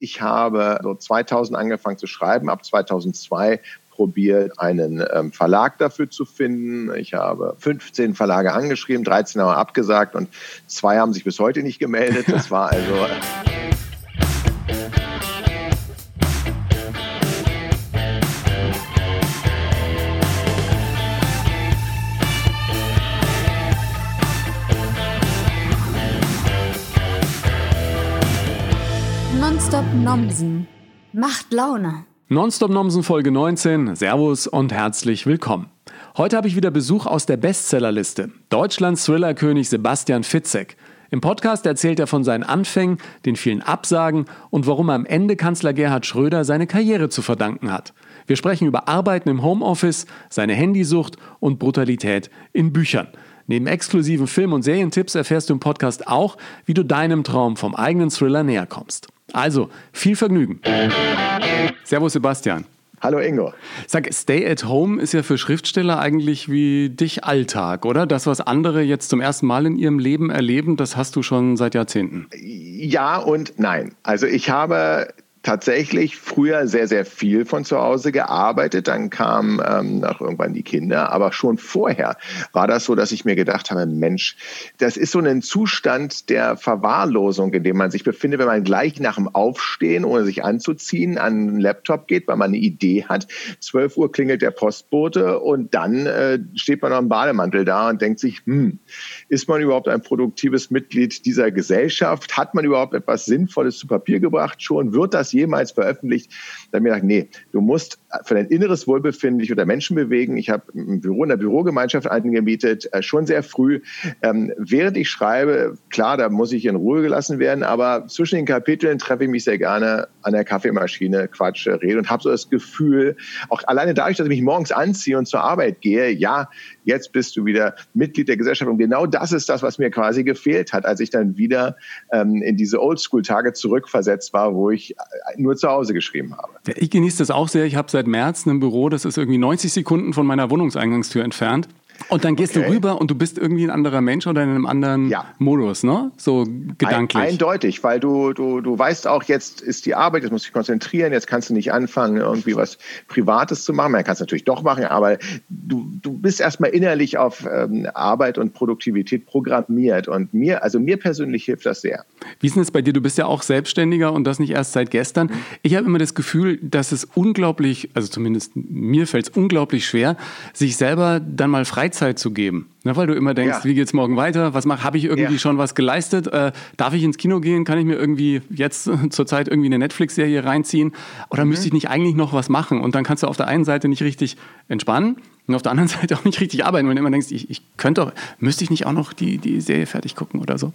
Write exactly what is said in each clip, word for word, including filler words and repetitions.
Ich habe so zweitausend angefangen zu schreiben, ab zweitausendzwei probiert, einen ähm, Verlag dafür zu finden. Ich habe fünfzehn Verlage angeschrieben, dreizehn haben abgesagt und zwei haben sich bis heute nicht gemeldet. Das war also... Nonstop Nomsen macht Laune. Nonstop Nomsen Folge neunzehn. Servus und herzlich willkommen. Heute habe ich wieder Besuch aus der Bestsellerliste. Deutschlands Thrillerkönig Sebastian Fitzek. Im Podcast erzählt er von seinen Anfängen, den vielen Absagen und warum er am Ende Kanzler Gerhard Schröder seine Karriere zu verdanken hat. Wir sprechen über Arbeiten im Homeoffice, seine Handysucht und Brutalität in Büchern. Neben exklusiven Film- und Serientipps erfährst du im Podcast auch, wie du deinem Traum vom eigenen Thriller näher kommst. Also, viel Vergnügen. Servus Sebastian. Hallo Ingo. Sag, Stay at Home ist ja für Schriftsteller eigentlich wie dich Alltag, oder? Das, was andere jetzt zum ersten Mal in ihrem Leben erleben, das hast du schon seit Jahrzehnten. Ja und nein. Also ich habe tatsächlich früher sehr, sehr viel von zu Hause gearbeitet. Dann kamen ähm, noch irgendwann die Kinder. Aber schon vorher war das so, dass ich mir gedacht habe, Mensch, das ist so ein Zustand der Verwahrlosung, in dem man sich befindet, wenn man gleich nach dem Aufstehen, ohne sich anzuziehen, an den Laptop geht, weil man eine Idee hat. zwölf Uhr klingelt der Postbote und dann äh, steht man noch im Bademantel da und denkt sich, hm, ist man überhaupt ein produktives Mitglied dieser Gesellschaft? Hat man überhaupt etwas Sinnvolles zu Papier gebracht? Schon wird das jemals veröffentlicht? Dann habe ich mir gedacht, nee, du musst für dein inneres Wohlbefinden dich unter Menschen bewegen. Ich habe im Büro, in der Bürogemeinschaft angemietet, äh, schon sehr früh. Ähm, während ich schreibe, klar, da muss ich in Ruhe gelassen werden, aber zwischen den Kapiteln treffe ich mich sehr gerne an der Kaffeemaschine, quatsche, rede und habe so das Gefühl, auch alleine dadurch, dass ich mich morgens anziehe und zur Arbeit gehe, ja, jetzt bist du wieder Mitglied der Gesellschaft. Und genau das ist das, was mir quasi gefehlt hat, als ich dann wieder ähm, in diese Oldschool-Tage zurückversetzt war, wo ich nur zu Hause geschrieben habe. Ja, ich genieße das auch sehr. Ich habe seit März ein Büro, das ist irgendwie neunzig Sekunden von meiner Wohnungseingangstür entfernt. Und dann gehst okay. du rüber und du bist irgendwie ein anderer Mensch oder in einem anderen ja. Modus, ne? So gedanklich. Ein, eindeutig, weil du, du, du weißt auch, jetzt ist die Arbeit, jetzt musst du dich konzentrieren, jetzt kannst du nicht anfangen, irgendwie was Privates zu machen. Man kann es natürlich doch machen, aber du, du bist erstmal innerlich auf ähm, Arbeit und Produktivität programmiert. Und mir, also mir persönlich hilft das sehr. Wie ist denn das bei dir? Du bist ja auch Selbstständiger und das nicht erst seit gestern. Mhm. Ich habe immer das Gefühl, dass es unglaublich, also zumindest mir fällt es unglaublich schwer, sich selber dann mal Freizeit zu geben. Ne, weil du immer denkst, ja. wie geht's morgen weiter? Was mach, habe ich irgendwie ja. schon was geleistet? Äh, darf ich ins Kino gehen? Kann ich mir irgendwie jetzt zur Zeit irgendwie eine Netflix-Serie reinziehen? Oder mhm. müsste ich nicht eigentlich noch was machen? Und dann kannst du auf der einen Seite nicht richtig entspannen und auf der anderen Seite auch nicht richtig arbeiten, weil du immer denkst, ich, ich könnte doch, müsste ich nicht auch noch die, die Serie fertig gucken oder so?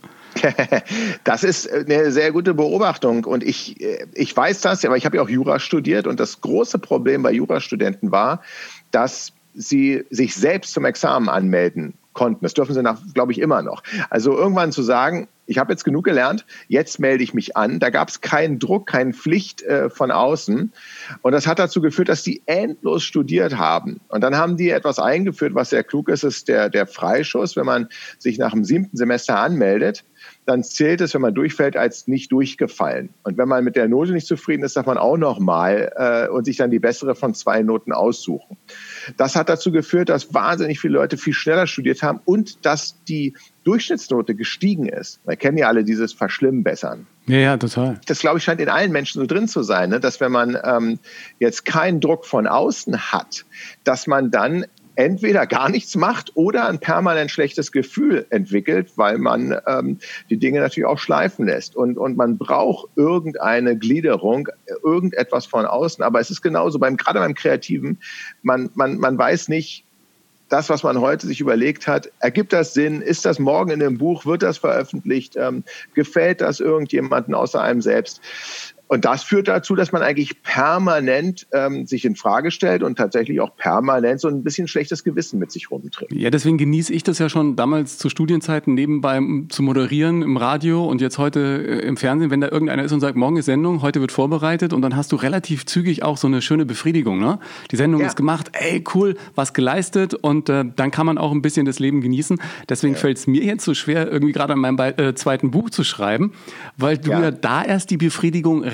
Das ist eine sehr gute Beobachtung und ich, ich weiß das, aber ich habe ja auch Jura studiert und das große Problem bei Jurastudenten war, dass sie sich selbst zum Examen anmelden konnten. Das dürfen sie, nach, glaube ich, immer noch. Also irgendwann zu sagen, ich habe jetzt genug gelernt, jetzt melde ich mich an. Da gab es keinen Druck, keine Pflicht äh, von außen. Und das hat dazu geführt, dass die endlos studiert haben. Und dann haben die etwas eingeführt, was sehr klug ist, ist der, der Freischuss. Wenn man sich nach dem siebten Semester anmeldet, dann zählt es, wenn man durchfällt, als nicht durchgefallen. Und wenn man mit der Note nicht zufrieden ist, darf man auch noch mal äh, und sich dann die bessere von zwei Noten aussuchen. Das hat dazu geführt, dass wahnsinnig viele Leute viel schneller studiert haben und dass die Durchschnittsnote gestiegen ist. Wir kennen ja alle dieses Verschlimmbessern. Ja, ja, total. Das, glaube ich, scheint in allen Menschen so drin zu sein, ne? Dass wenn man ähm, jetzt keinen Druck von außen hat, dass man dann entweder gar nichts macht oder ein permanent schlechtes Gefühl entwickelt, weil man ähm, die Dinge natürlich auch schleifen lässt. Und, und man braucht irgendeine Gliederung, irgendetwas von außen. Aber es ist genauso, beim, gerade beim Kreativen, man, man, man weiß nicht, das, was man heute sich überlegt hat, ergibt das Sinn? Ist das morgen in einem Buch? Wird das veröffentlicht? Ähm, gefällt das irgendjemandem außer einem selbst? Und das führt dazu, dass man eigentlich permanent ähm, sich in Frage stellt und tatsächlich auch permanent so ein bisschen schlechtes Gewissen mit sich rumträgt. Ja, deswegen genieße ich das ja schon damals zu Studienzeiten nebenbei zu moderieren im Radio und jetzt heute äh, im Fernsehen, wenn da irgendeiner ist und sagt, morgen ist Sendung, heute wird vorbereitet und dann hast du relativ zügig auch so eine schöne Befriedigung, ne? Die Sendung ja. ist gemacht, ey, cool, was geleistet und äh, dann kann man auch ein bisschen das Leben genießen. Deswegen ja. fällt es mir jetzt so schwer, irgendwie gerade an meinem äh, zweiten Buch zu schreiben, weil du ja. ja da erst die Befriedigung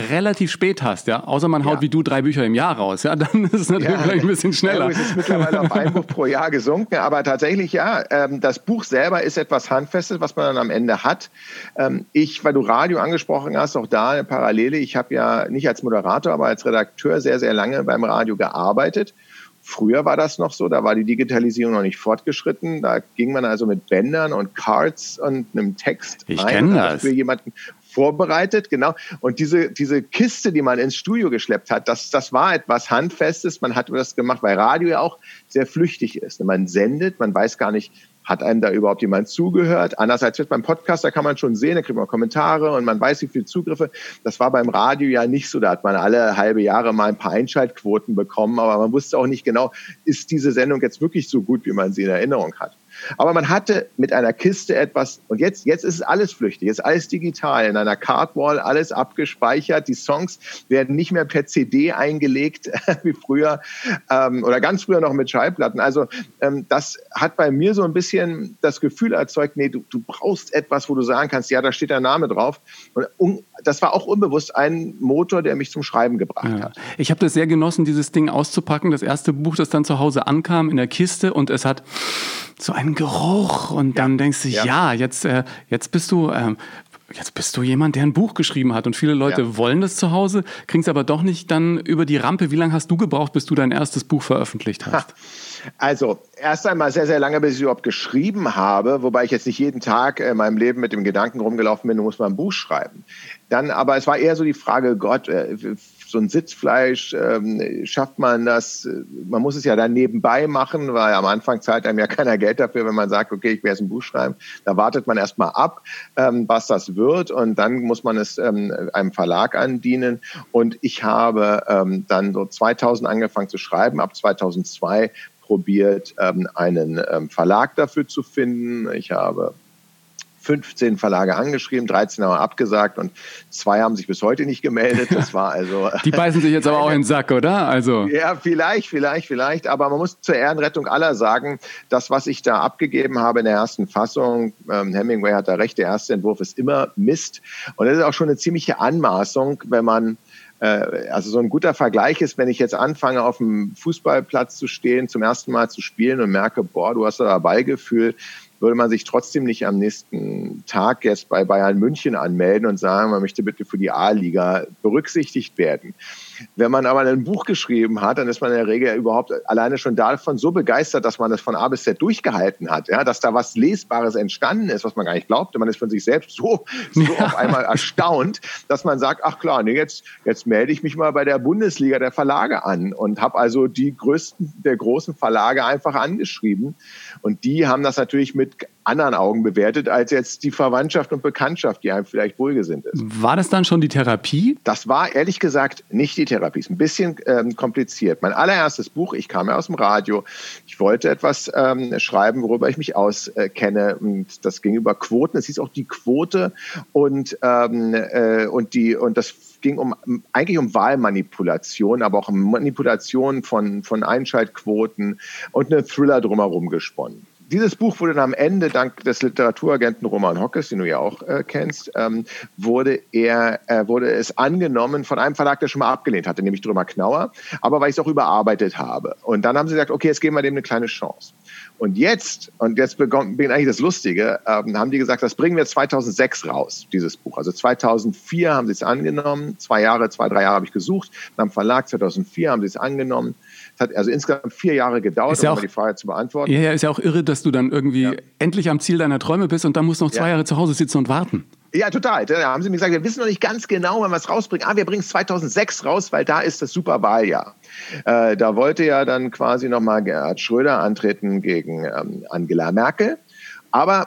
relativ spät hast, ja, außer man haut ja. wie du drei Bücher im Jahr raus, ja, dann ist es natürlich ja. ein bisschen schneller. Ja, es ist mittlerweile auf ein Buch pro Jahr gesunken, aber tatsächlich ja, ähm, das Buch selber ist etwas Handfestes, was man dann am Ende hat. Ähm, ich, weil du Radio angesprochen hast, auch da eine Parallele, ich habe ja nicht als Moderator, aber als Redakteur sehr, sehr lange beim Radio gearbeitet. Früher war das noch so, da war die Digitalisierung noch nicht fortgeschritten. Da ging man also mit Bändern und Cards und einem Text ich rein. Ich kenne das. Für jemanden vorbereitet, genau. Und diese, diese Kiste, die man ins Studio geschleppt hat, das, das war etwas Handfestes. Man hat das gemacht, weil Radio ja auch sehr flüchtig ist. Man sendet, man weiß gar nicht, hat einem da überhaupt jemand zugehört? Anders als jetzt beim Podcast, da kann man schon sehen, da kriegt man Kommentare und man weiß, wie viele Zugriffe. Das war beim Radio ja nicht so. Da hat man alle halbe Jahre mal ein paar Einschaltquoten bekommen, aber man wusste auch nicht genau, ist diese Sendung jetzt wirklich so gut, wie man sie in Erinnerung hat. Aber man hatte mit einer Kiste etwas, und jetzt, jetzt ist es alles flüchtig, jetzt ist alles digital, in einer Cardwall, alles abgespeichert, die Songs werden nicht mehr per C D eingelegt, wie früher, ähm, oder ganz früher noch mit Schallplatten. Also ähm, das hat bei mir so ein bisschen das Gefühl erzeugt, nee, du, du brauchst etwas, wo du sagen kannst, ja, da steht der Name drauf. Und um, das war auch unbewusst ein Motor, der mich zum Schreiben gebracht ja. hat. Ich habe das sehr genossen, dieses Ding auszupacken, das erste Buch, das dann zu Hause ankam in der Kiste, und es hat so einen Geruch, und dann ja. denkst du, ja, ja jetzt, äh, jetzt bist du, ähm, jetzt bist du jemand, der ein Buch geschrieben hat, und viele Leute ja. wollen das zu Hause, kriegen es aber doch nicht dann über die Rampe. Wie lange hast du gebraucht, bis du dein erstes Buch veröffentlicht hast? Ha. Also erst einmal sehr, sehr lange, bis ich überhaupt geschrieben habe, wobei ich jetzt nicht jeden Tag in meinem Leben mit dem Gedanken rumgelaufen bin, du musst mal ein Buch schreiben. Dann, aber es war eher so die Frage, Gott, äh, so ein Sitzfleisch, ähm, schafft man das? Man muss es ja dann nebenbei machen, weil am Anfang zahlt einem ja keiner Geld dafür, wenn man sagt, okay, ich werde jetzt ein Buch schreiben. Da wartet man erst mal ab, ähm, was das wird, und dann muss man es ähm, einem Verlag andienen. Und ich habe ähm, dann so zweitausend angefangen zu schreiben, ab zweitausendzwei probiert, ähm, einen ähm, Verlag dafür zu finden. Ich habe fünfzehn Verlage angeschrieben, dreizehn haben abgesagt und zwei haben sich bis heute nicht gemeldet. Das war also... Die beißen sich jetzt aber auch in den Sack, oder? Also. Ja, vielleicht, vielleicht, vielleicht. Aber man muss zur Ehrenrettung aller sagen, das, was ich da abgegeben habe in der ersten Fassung, ähm, Hemingway hat da recht, der erste Entwurf ist immer Mist. Und das ist auch schon eine ziemliche Anmaßung, wenn man... Also so ein guter Vergleich ist, wenn ich jetzt anfange, auf dem Fußballplatz zu stehen, zum ersten Mal zu spielen und merke, boah, du hast da Ballgefühl, würde man sich trotzdem nicht am nächsten Tag jetzt bei Bayern München anmelden und sagen, man möchte bitte für die A-Liga berücksichtigt werden. Wenn man aber ein Buch geschrieben hat, dann ist man in der Regel überhaupt alleine schon davon so begeistert, dass man das von A bis Z durchgehalten hat, ja, dass da was Lesbares entstanden ist, was man gar nicht glaubte. Man ist von sich selbst so, so ja. auf einmal erstaunt, dass man sagt, ach klar, nee, jetzt, jetzt melde ich mich mal bei der Bundesliga der Verlage an und habe also die größten der großen Verlage einfach angeschrieben. Und die haben das natürlich mit anderen Augen bewertet, als jetzt die Verwandtschaft und Bekanntschaft, die einem vielleicht wohlgesinnt ist. War das dann schon die Therapie? Das war ehrlich gesagt nicht die Therapie. Ist ein bisschen ähm, kompliziert. Mein allererstes Buch, ich kam ja aus dem Radio. Ich wollte etwas ähm, schreiben, worüber ich mich auskenne. Und das ging über Quoten. Es hieß auch die Quote. Und, ähm, äh, und, die, und das ging um, eigentlich um Wahlmanipulation, aber auch um Manipulation von, von Einschaltquoten und einen Thriller drumherum gesponnen. Dieses Buch wurde dann am Ende, dank des Literaturagenten Roman Hockes, den du ja auch äh, kennst, ähm, wurde, er, äh, wurde es angenommen von einem Verlag, der schon mal abgelehnt hatte, nämlich Drömer Knauer, aber weil ich es auch überarbeitet habe. Und dann haben sie gesagt, okay, jetzt geben wir dem eine kleine Chance. Und jetzt, und jetzt beginnt eigentlich das Lustige, ähm, haben die gesagt, das bringen wir zweitausendsechs raus, dieses Buch. Also zweitausendvier haben sie es angenommen, zwei Jahre, zwei, drei Jahre habe ich gesucht, dann am Verlag zweitausendvier haben sie es angenommen. Es hat also insgesamt vier Jahre gedauert, ja um auch, die Frage zu beantworten. Ja, ja, ist ja auch irre, dass du dann irgendwie ja. endlich am Ziel deiner Träume bist und dann musst du noch zwei ja. Jahre zu Hause sitzen und warten. Ja, total. Da haben sie mir gesagt, wir wissen noch nicht ganz genau, wann wir es rausbringen. Ah, wir bringen es zweitausendsechs raus, weil da ist das Superwahljahr. Äh, da wollte ja dann quasi nochmal Gerhard Schröder antreten gegen ähm, Angela Merkel. Aber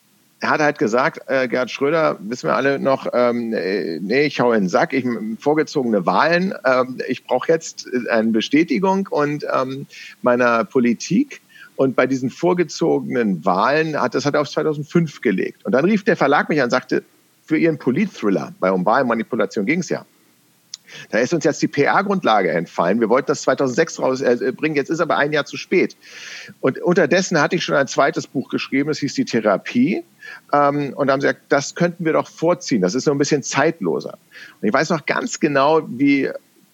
er hat halt gesagt, äh, Gerhard Schröder, wissen wir alle noch, ähm, nee, ich hau in den Sack, ich vorgezogene Wahlen, ähm, ich brauche jetzt eine Bestätigung und ähm, meiner Politik. Und bei diesen vorgezogenen Wahlen hat das hat er auf zweitausendfünf gelegt. Und dann rief der Verlag mich an und sagte, für ihren Polit-Thriller, bei um Wahlmanipulation ging es ja, da ist uns jetzt die P R-Grundlage entfallen. Wir wollten das zweitausendsechs rausbringen, jetzt ist aber ein Jahr zu spät. Und unterdessen hatte ich schon ein zweites Buch geschrieben, das hieß Die Therapie. Ähm, und haben gesagt, das könnten wir doch vorziehen. Das ist so ein bisschen zeitloser. Und ich weiß noch ganz genau, wie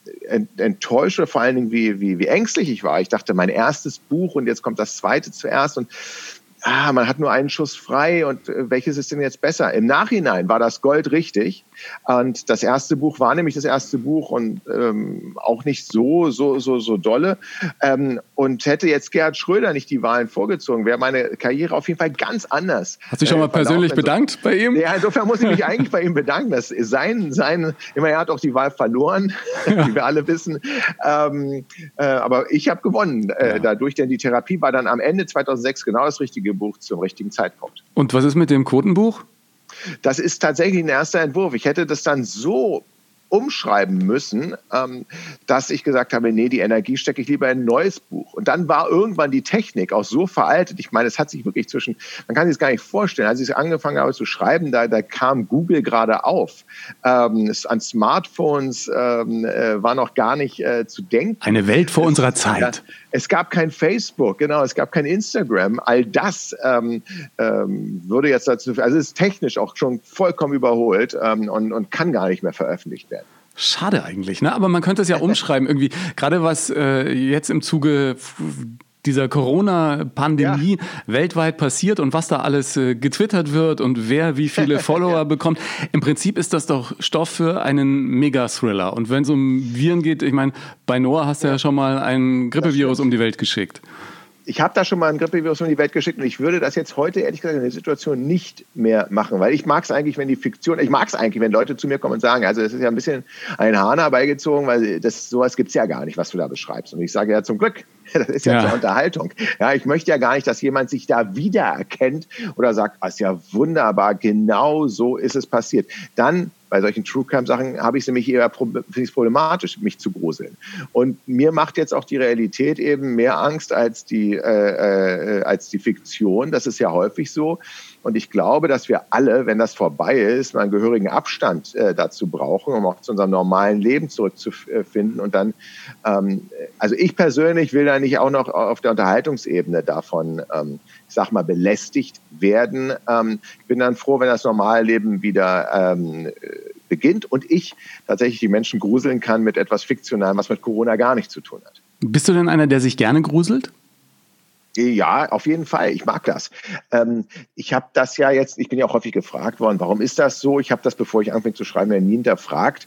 enttäuscht oder vor allen Dingen, wie, wie, wie ängstlich ich war. Ich dachte, mein erstes Buch und jetzt kommt das zweite zuerst und ah, man hat nur einen Schuss frei und äh, welches ist denn jetzt besser? Im Nachhinein war das Gold richtig und das erste Buch war nämlich das erste Buch und ähm, auch nicht so, so, so, so dolle ähm, und hätte jetzt Gerhard Schröder nicht die Wahlen vorgezogen, wäre meine Karriere auf jeden Fall ganz anders. Hast du dich schon mal äh, persönlich also, bedankt bei ihm? Ja, insofern muss ich mich eigentlich bei ihm bedanken. Das sein, sein, immer er hat auch die Wahl verloren, wie wir alle wissen, ähm, äh, aber ich habe gewonnen äh, ja. dadurch, denn die Therapie war dann am Ende zweitausendsechs genau das richtige Buch zum richtigen Zeitpunkt. Und was ist mit dem Quotenbuch? Das ist tatsächlich ein erster Entwurf. Ich hätte das dann so umschreiben müssen, ähm, dass ich gesagt habe, nee, die Energie stecke ich lieber in ein neues Buch. Und dann war irgendwann die Technik auch so veraltet. Ich meine, es hat sich wirklich zwischen, man kann sich das gar nicht vorstellen, als ich angefangen habe zu schreiben, da, da kam Google gerade auf. Ähm, es, an Smartphones ähm, äh, war noch gar nicht äh, zu denken. Eine Welt vor es, unserer Zeit. Ja, es gab kein Facebook, genau, es gab kein Instagram. All das ähm, ähm, würde jetzt dazu, also es ist technisch auch schon vollkommen überholt ähm, und, und kann gar nicht mehr veröffentlicht werden. Schade eigentlich, ne? Aber man könnte es ja umschreiben irgendwie. Gerade was äh, jetzt im Zuge dieser Corona-Pandemie ja. weltweit passiert und was da alles äh, getwittert wird und wer wie viele Follower ja. bekommt. Im Prinzip ist das doch Stoff für einen Mega-Thriller. Und wenn es um Viren geht, ich meine, bei Noah hast du ja, ja schon mal ein Grippevirus um die Welt geschickt. Ich habe da schon mal ein Grippevirus um die Welt geschickt und ich würde das jetzt heute ehrlich gesagt in der Situation nicht mehr machen, weil ich mag es eigentlich, wenn die Fiktion, ich mag es eigentlich, wenn Leute zu mir kommen und sagen, also das ist ja ein bisschen ein Hahn herbeigezogen, weil das sowas gibt's ja gar nicht, was du da beschreibst. Und ich sage ja zum Glück, das ist ja, ja. zur Unterhaltung. Ja, ich möchte ja gar nicht, dass jemand sich da wiedererkennt oder sagt, ah, ist ja wunderbar, genau so ist es passiert. Dann bei solchen True-Crime-Sachen habe ich es nämlich eher problematisch, mich zu gruseln. Und mir macht jetzt auch die Realität eben mehr Angst als die, äh, äh, als die Fiktion. Das ist ja häufig so. Und ich glaube, dass wir alle, wenn das vorbei ist, mal einen gehörigen Abstand äh, dazu brauchen, um auch zu unserem normalen Leben zurückzufinden. Und dann, ähm, also ich persönlich will da nicht auch noch auf der Unterhaltungsebene davon, ähm, ich sag mal, belästigt werden. Ähm, ich bin dann froh, wenn das normale Leben wieder ähm, beginnt und ich tatsächlich die Menschen gruseln kann mit etwas Fiktionalem, was mit Corona gar nichts zu tun hat. Bist du denn einer, der sich gerne gruselt? Ja, auf jeden Fall. Ich mag das. Ähm, ich habe das ja jetzt, ich bin ja auch häufig gefragt worden, warum ist das so? Ich habe das, bevor ich anfing zu schreiben, ja nie hinterfragt.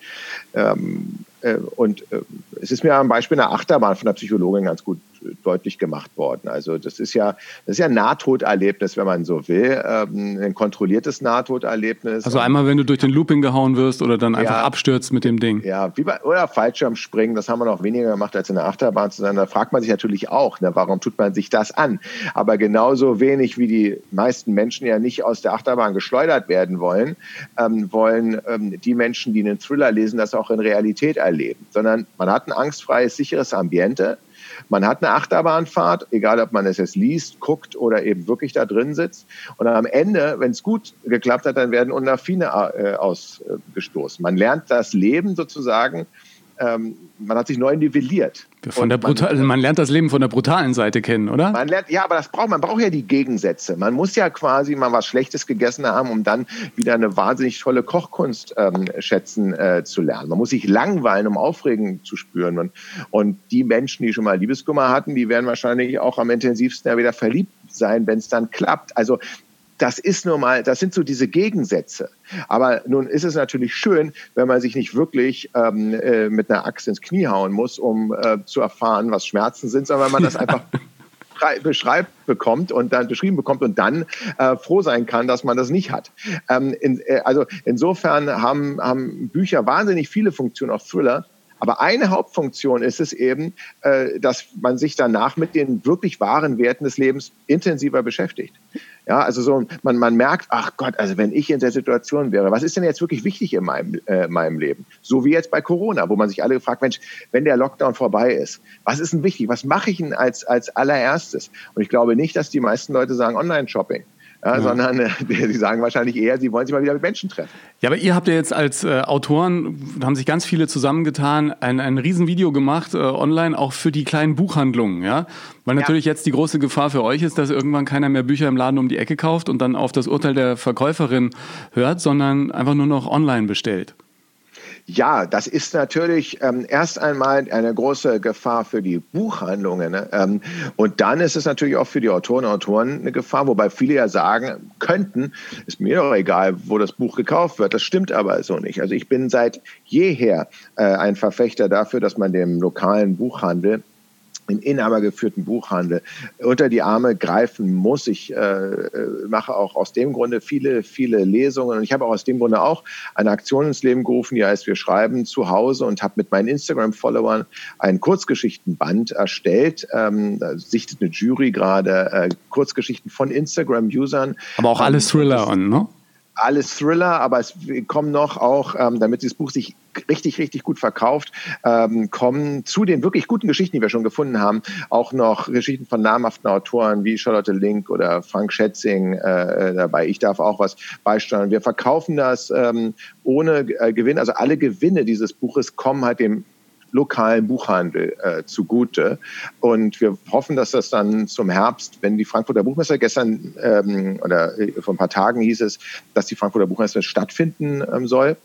Ähm, äh, und äh, es ist mir am Beispiel einer Achterbahn von der Psychologin ganz gut äh, deutlich gemacht worden. Also das ist ja, das ist ja ein Nahtoderlebnis, wenn man so will, ähm, ein kontrolliertes Nahtoderlebnis. Also einmal, wenn du durch den Looping gehauen wirst oder dann einfach ja, abstürzt mit dem Ding. Ja, wie bei, oder Fallschirmspringen, das haben wir noch weniger gemacht, als in der Achterbahn zu sein. Da fragt man sich natürlich auch, ne, warum tut man sich das an? Aber genauso wenig wie die meisten Menschen ja nicht aus der Achterbahn geschleudert werden wollen, ähm, wollen ähm, die Menschen, die einen Thriller lesen, das auch in Realität erleben. Sondern man hat ein angstfreies, sicheres Ambiente. Man hat eine Achterbahnfahrt, egal ob man es jetzt liest, guckt oder eben wirklich da drin sitzt. Und am Ende, wenn es gut geklappt hat, dann werden Endorphine äh, ausgestoßen. Man lernt das Leben sozusagen, ähm, man hat sich neu nivelliert. Von der brutal, man, man lernt das Leben von der brutalen Seite kennen, oder? Man lernt, ja, aber das braucht, man braucht ja die Gegensätze. Man muss ja quasi mal was Schlechtes gegessen haben, um dann wieder eine wahnsinnig tolle Kochkunst ähm, schätzen äh, zu lernen. Man muss sich langweilen, um Aufregung zu spüren. Und, und die Menschen, die schon mal Liebeskummer hatten, die werden wahrscheinlich auch am intensivsten ja wieder verliebt sein, wenn es dann klappt. Also das ist nur mal, das sind so diese Gegensätze. Aber nun ist es natürlich schön, wenn man sich nicht wirklich ähm, äh, mit einer Axt ins Knie hauen muss, um äh, zu erfahren, was Schmerzen sind, sondern wenn man das einfach beschreibt bekommt und dann beschrieben bekommt und dann äh, froh sein kann, dass man das nicht hat. Ähm, in, äh, also insofern haben, haben Bücher wahnsinnig viele Funktionen, auch Thriller. Aber eine Hauptfunktion ist es eben, äh, dass man sich danach mit den wirklich wahren Werten des Lebens intensiver beschäftigt. Ja, also so, man, man merkt, ach Gott, also wenn ich in der Situation wäre, was ist denn jetzt wirklich wichtig in meinem, äh, meinem Leben? So wie jetzt bei Corona, wo man sich alle gefragt, Mensch, wenn der Lockdown vorbei ist, was ist denn wichtig? Was mache ich denn als, als allererstes? Und ich glaube nicht, dass die meisten Leute sagen Online-Shopping. ja, ja. sondern äh, sie sagen wahrscheinlich eher, sie wollen sich mal wieder mit Menschen treffen. Ja, aber ihr habt ja jetzt als äh, Autoren, haben sich ganz viele zusammengetan, ein, ein Riesenvideo gemacht, äh, online, auch für die kleinen Buchhandlungen, ja? Weil natürlich ja. jetzt die große Gefahr für euch ist, dass irgendwann keiner mehr Bücher im Laden um die Ecke kauft und dann auf das Urteil der Verkäuferin hört, sondern einfach nur noch online bestellt. Ja, das ist natürlich ähm, erst einmal eine große Gefahr für die Buchhandlungen. Ne? Ähm, und dann ist es natürlich auch für die Autoren und Autoren eine Gefahr, wobei viele ja sagen könnten, ist mir doch egal, wo das Buch gekauft wird. Das stimmt aber so nicht. Also ich bin seit jeher äh, ein Verfechter dafür, dass man dem lokalen Buchhandel, im inhabergeführten Buchhandel unter die Arme greifen muss. Ich äh, mache auch aus dem Grunde viele, viele Lesungen und ich habe auch aus dem Grunde auch eine Aktion ins Leben gerufen, die heißt Wir schreiben zu Hause, und habe mit meinen Instagram-Followern einen Kurzgeschichtenband erstellt. Ähm, da sichtet eine Jury gerade äh, Kurzgeschichten von Instagram-Usern. Aber auch alles Thriller an, ne? Alles Thriller, aber es kommen noch auch, ähm, damit dieses Buch sich richtig, richtig gut verkauft, ähm, kommen zu den wirklich guten Geschichten, die wir schon gefunden haben, auch noch Geschichten von namhaften Autoren wie Charlotte Link oder Frank Schätzing äh, dabei. Ich darf auch was beisteuern. Wir verkaufen das ähm, ohne äh, Gewinn. Also alle Gewinne dieses Buches kommen halt dem lokalen Buchhandel äh, zugute. Und wir hoffen, dass das dann zum Herbst, wenn die Frankfurter Buchmesse gestern ähm, oder äh, vor ein paar Tagen hieß es, dass die Frankfurter Buchmesse stattfinden ähm, soll,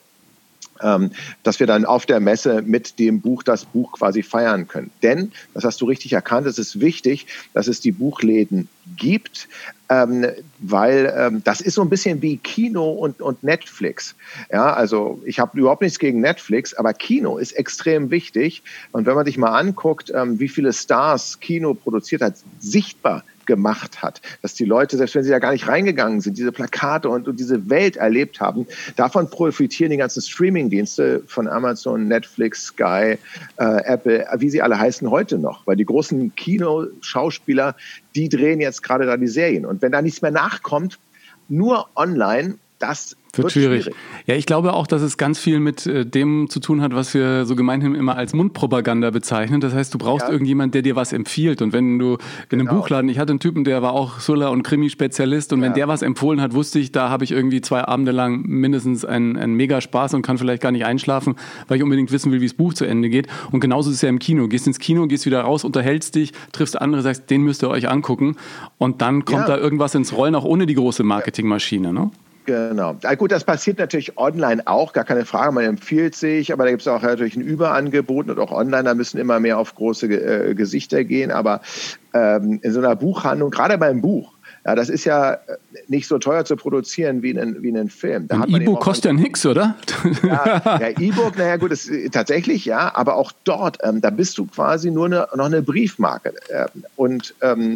ähm, dass wir dann auf der Messe mit dem Buch das Buch quasi feiern können. Denn, das hast du richtig erkannt, es ist wichtig, dass es die Buchläden gibt, ähm, weil ähm, das ist so ein bisschen wie Kino und, und Netflix. Ja, also ich habe überhaupt nichts gegen Netflix, aber Kino ist extrem wichtig. Und wenn man sich mal anguckt, ähm, wie viele Stars Kino produziert hat, sichtbar gemacht hat, dass die Leute, selbst wenn sie da gar nicht reingegangen sind, diese Plakate und, und diese Welt erlebt haben, davon profitieren die ganzen Streaming-Dienste von Amazon, Netflix, Sky, äh, Apple, wie sie alle heißen, heute noch. Weil die großen Kinoschauspieler, die drehen jetzt gerade da die Serien. Und wenn da nichts mehr nachkommt, nur online, das Wird, wird schwierig. schwierig. Ja, ich glaube auch, dass es ganz viel mit äh, dem zu tun hat, was wir so gemeinhin immer als Mundpropaganda bezeichnen. Das heißt, du brauchst ja. irgendjemand, der dir was empfiehlt. Und wenn du in einem genau. Buchladen, ich hatte einen Typen, der war auch Thriller- und Krimi-Spezialist. Und ja. wenn der was empfohlen hat, wusste ich, da habe ich irgendwie zwei Abende lang mindestens einen, einen mega Spaß und kann vielleicht gar nicht einschlafen, weil ich unbedingt wissen will, wie das Buch zu Ende geht. Und genauso ist es ja im Kino. Gehst ins Kino, gehst wieder raus, unterhältst dich, triffst andere, sagst, den müsst ihr euch angucken. Und dann kommt ja. da irgendwas ins Rollen, auch ohne die große Marketingmaschine, ne? Genau. Ja, gut, das passiert natürlich online auch, gar keine Frage. Man empfiehlt sich, aber da gibt es auch natürlich ein Überangebot und auch online, da müssen immer mehr auf große äh, Gesichter gehen. Aber ähm, in so einer Buchhandlung, gerade beim Buch, ja, das ist ja nicht so teuer zu produzieren wie ein, wie ein Film. Da ein E-Book kostet ja nichts, oder? Ja, ja E-Book, naja gut, das, tatsächlich ja, aber auch dort, ähm, da bist du quasi nur eine, noch eine Briefmarke. Ähm, und ähm,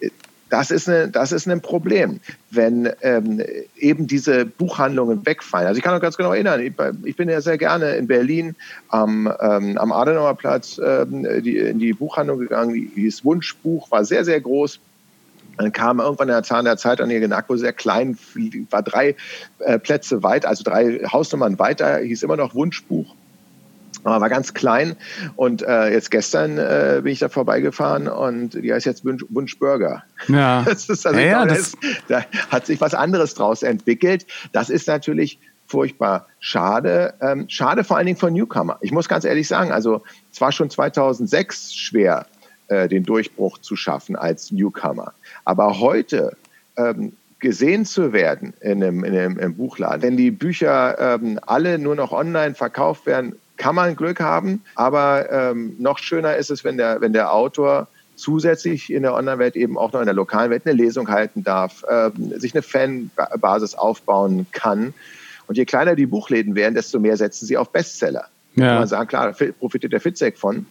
Das ist, eine, das ist ein Problem, wenn ähm, eben diese Buchhandlungen wegfallen. Also ich kann noch ganz genau erinnern, ich, ich bin ja sehr gerne in Berlin am, ähm, am Adenauer Platz ähm, die, in die Buchhandlung gegangen, die hieß Wunschbuch, war sehr, sehr groß. Dann kam irgendwann der Zahn der Zeit an ihr genagt, wo sehr klein war, drei äh, Plätze weit, also drei Hausnummern weiter, hieß immer noch Wunschbuch. Aber war ganz klein und äh, jetzt gestern äh, bin ich da vorbeigefahren und die heißt jetzt Wunsch, Wunschburger. Ja. Das ist also, ja, ja, glaube, das das, da hat sich was anderes draus entwickelt. Das ist natürlich furchtbar schade. Ähm, schade vor allen Dingen für Newcomer. Ich muss ganz ehrlich sagen, also es war schon zweitausendsechs schwer, äh, den Durchbruch zu schaffen als Newcomer. Aber heute ähm, gesehen zu werden in einem, in einem, im Buchladen, wenn die Bücher ähm, alle nur noch online verkauft werden, kann man Glück haben, aber ähm, noch schöner ist es, wenn der, wenn der Autor zusätzlich in der Online-Welt eben auch noch in der lokalen Welt eine Lesung halten darf, ähm, sich eine Fanbasis aufbauen kann. Und je kleiner die Buchläden werden, desto mehr setzen sie auf Bestseller. Ja. Kann man sagen, klar, da profitiert der Fitzek von.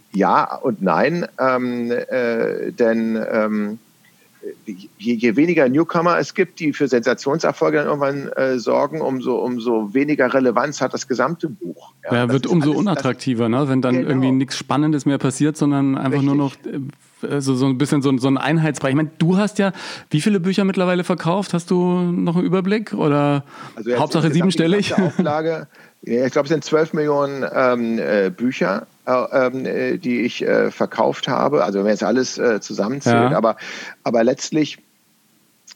Ja und nein, ähm, äh, denn ähm, Je, je weniger Newcomer es gibt, die für Sensationserfolge dann irgendwann äh, sorgen, umso, umso weniger Relevanz hat das gesamte Buch. Ja, ja wird umso alles, unattraktiver, ne? Wenn dann genau. irgendwie nichts Spannendes mehr passiert, sondern einfach Richtig. nur noch äh, so, so ein bisschen so, so ein Einheitsbrei. Ich meine, du hast ja, wie viele Bücher mittlerweile verkauft? Hast du noch einen Überblick? Oder also Hauptsache siebenstellig? Auflage, ja, ich glaube, es sind zwölf Millionen ähm, äh, Bücher, äh, die ich äh, verkauft habe. Also wenn man jetzt alles äh, zusammenzählt. Ja. Aber, aber letztlich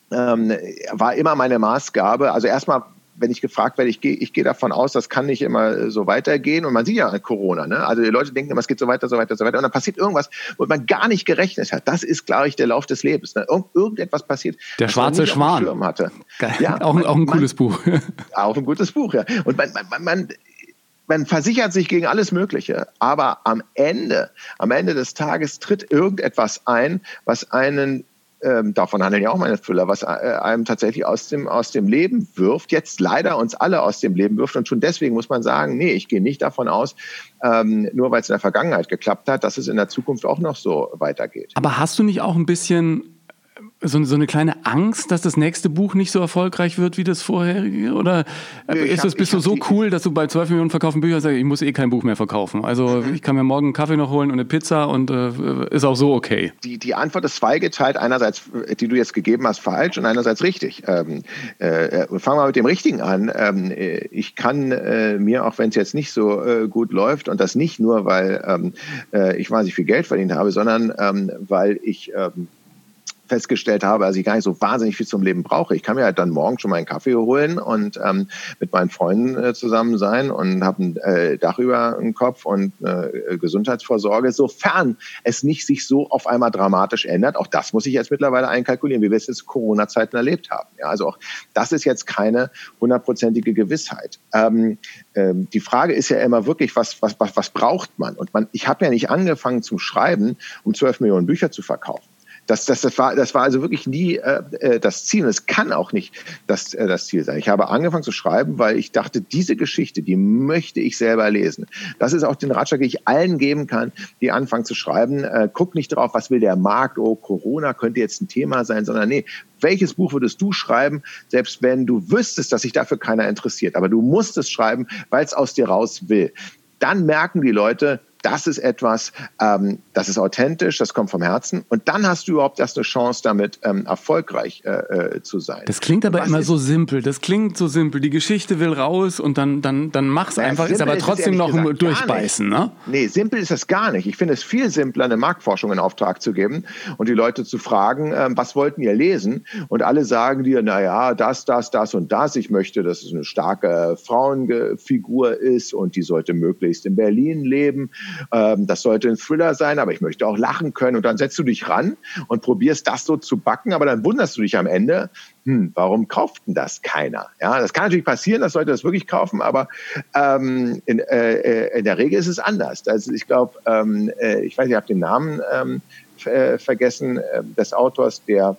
ähm, war immer meine Maßgabe. Also erstmal, wenn ich gefragt werde, ich gehe ich gehe davon aus, das kann nicht immer so weitergehen. Und man sieht ja an Corona, ne? Also die Leute denken immer, es geht so weiter, so weiter, so weiter. Und dann passiert irgendwas, wo man gar nicht gerechnet hat. Das ist, glaube ich, der Lauf des Lebens. Ne? Irgend, irgendetwas passiert, der schwarze Schwan. Schirm hatte. Geil. Ja, auch, man, auch ein cooles man, Buch. Auch ein gutes Buch, ja. Und man, man, man, man versichert sich gegen alles Mögliche. Aber am Ende, am Ende des Tages tritt irgendetwas ein, was einen Ähm, davon handeln ja auch meine Thriller, was äh, einem tatsächlich aus dem, aus dem Leben wirft, jetzt leider uns alle aus dem Leben wirft. Und schon deswegen muss man sagen, nee, ich gehe nicht davon aus, ähm, nur weil es in der Vergangenheit geklappt hat, dass es in der Zukunft auch noch so weitergeht. Aber hast du nicht auch ein bisschen so, so eine kleine Angst, dass das nächste Buch nicht so erfolgreich wird wie das vorherige? Oder ich ist hab, es, bist du so cool, dass du bei zwölf Millionen verkauften Büchern sagst, ich muss eh kein Buch mehr verkaufen? Also mhm. ich kann mir morgen einen Kaffee noch holen und eine Pizza und äh, ist auch so okay. Die, die Antwort ist zweigeteilt. Einerseits, die du jetzt gegeben hast, falsch und einerseits richtig. Ähm, äh, fangen wir mit dem Richtigen an. Ähm, ich kann äh, mir, auch wenn es jetzt nicht so äh, gut läuft, und das nicht nur, weil ähm, äh, ich wahnsinnig viel Geld verdient habe, sondern ähm, weil ich ähm, festgestellt habe, dass ich gar nicht so wahnsinnig viel zum Leben brauche. Ich kann mir halt dann morgen schon mal einen Kaffee holen und ähm, mit meinen Freunden äh, zusammen sein und habe ein äh, Dach über dem Kopf und äh, Gesundheitsvorsorge, sofern es nicht sich so auf einmal dramatisch ändert. Auch das muss ich jetzt mittlerweile einkalkulieren, wie wir es jetzt Corona-Zeiten erlebt haben. Ja, also auch das ist jetzt keine hundertprozentige Gewissheit. Ähm, ähm, die Frage ist ja immer wirklich, was, was, was, was braucht man? Und man, ich habe ja nicht angefangen zum Schreiben, um zwölf Millionen Bücher zu verkaufen. Das, das, das, war, das war also wirklich nie äh, das Ziel. Und es kann auch nicht das, äh, das Ziel sein. Ich habe angefangen zu schreiben, weil ich dachte, diese Geschichte, die möchte ich selber lesen. Das ist auch den Ratschlag, den ich allen geben kann, die anfangen zu schreiben. Äh, guck nicht drauf, was will der Markt, oh, Corona könnte jetzt ein Thema sein, sondern nee, welches Buch würdest du schreiben, selbst wenn du wüsstest, dass sich dafür keiner interessiert. Aber du musst es schreiben, weil es aus dir raus will. Dann merken die Leute, das ist etwas, ähm, das ist authentisch, das kommt vom Herzen. Und dann hast du überhaupt erst eine Chance, damit ähm, erfolgreich äh, zu sein. Das klingt aber immer so simpel. Das klingt so simpel. Die Geschichte will raus und dann, dann, dann mach's ja, einfach. Ist aber trotzdem noch ein Durchbeißen, ne? Nee, simpel ist das gar nicht. Ich finde es viel simpler, eine Marktforschung in Auftrag zu geben und die Leute zu fragen, ähm, was wollten ihr lesen? Und alle sagen dir, na ja, das, das, das und das. Ich möchte, dass es eine starke Frauenfigur ist und die sollte möglichst in Berlin leben. Das sollte ein Thriller sein, aber ich möchte auch lachen können. Und dann setzt du dich ran und probierst das so zu backen, aber dann wunderst du dich am Ende, hm, warum kauft denn das keiner? Ja, das kann natürlich passieren, dass Leute das wirklich kaufen, aber ähm, in, äh, in der Regel ist es anders. Also ich glaube, ähm, äh, ich weiß, ich habe den Namen ähm, äh, vergessen äh, des Autors, der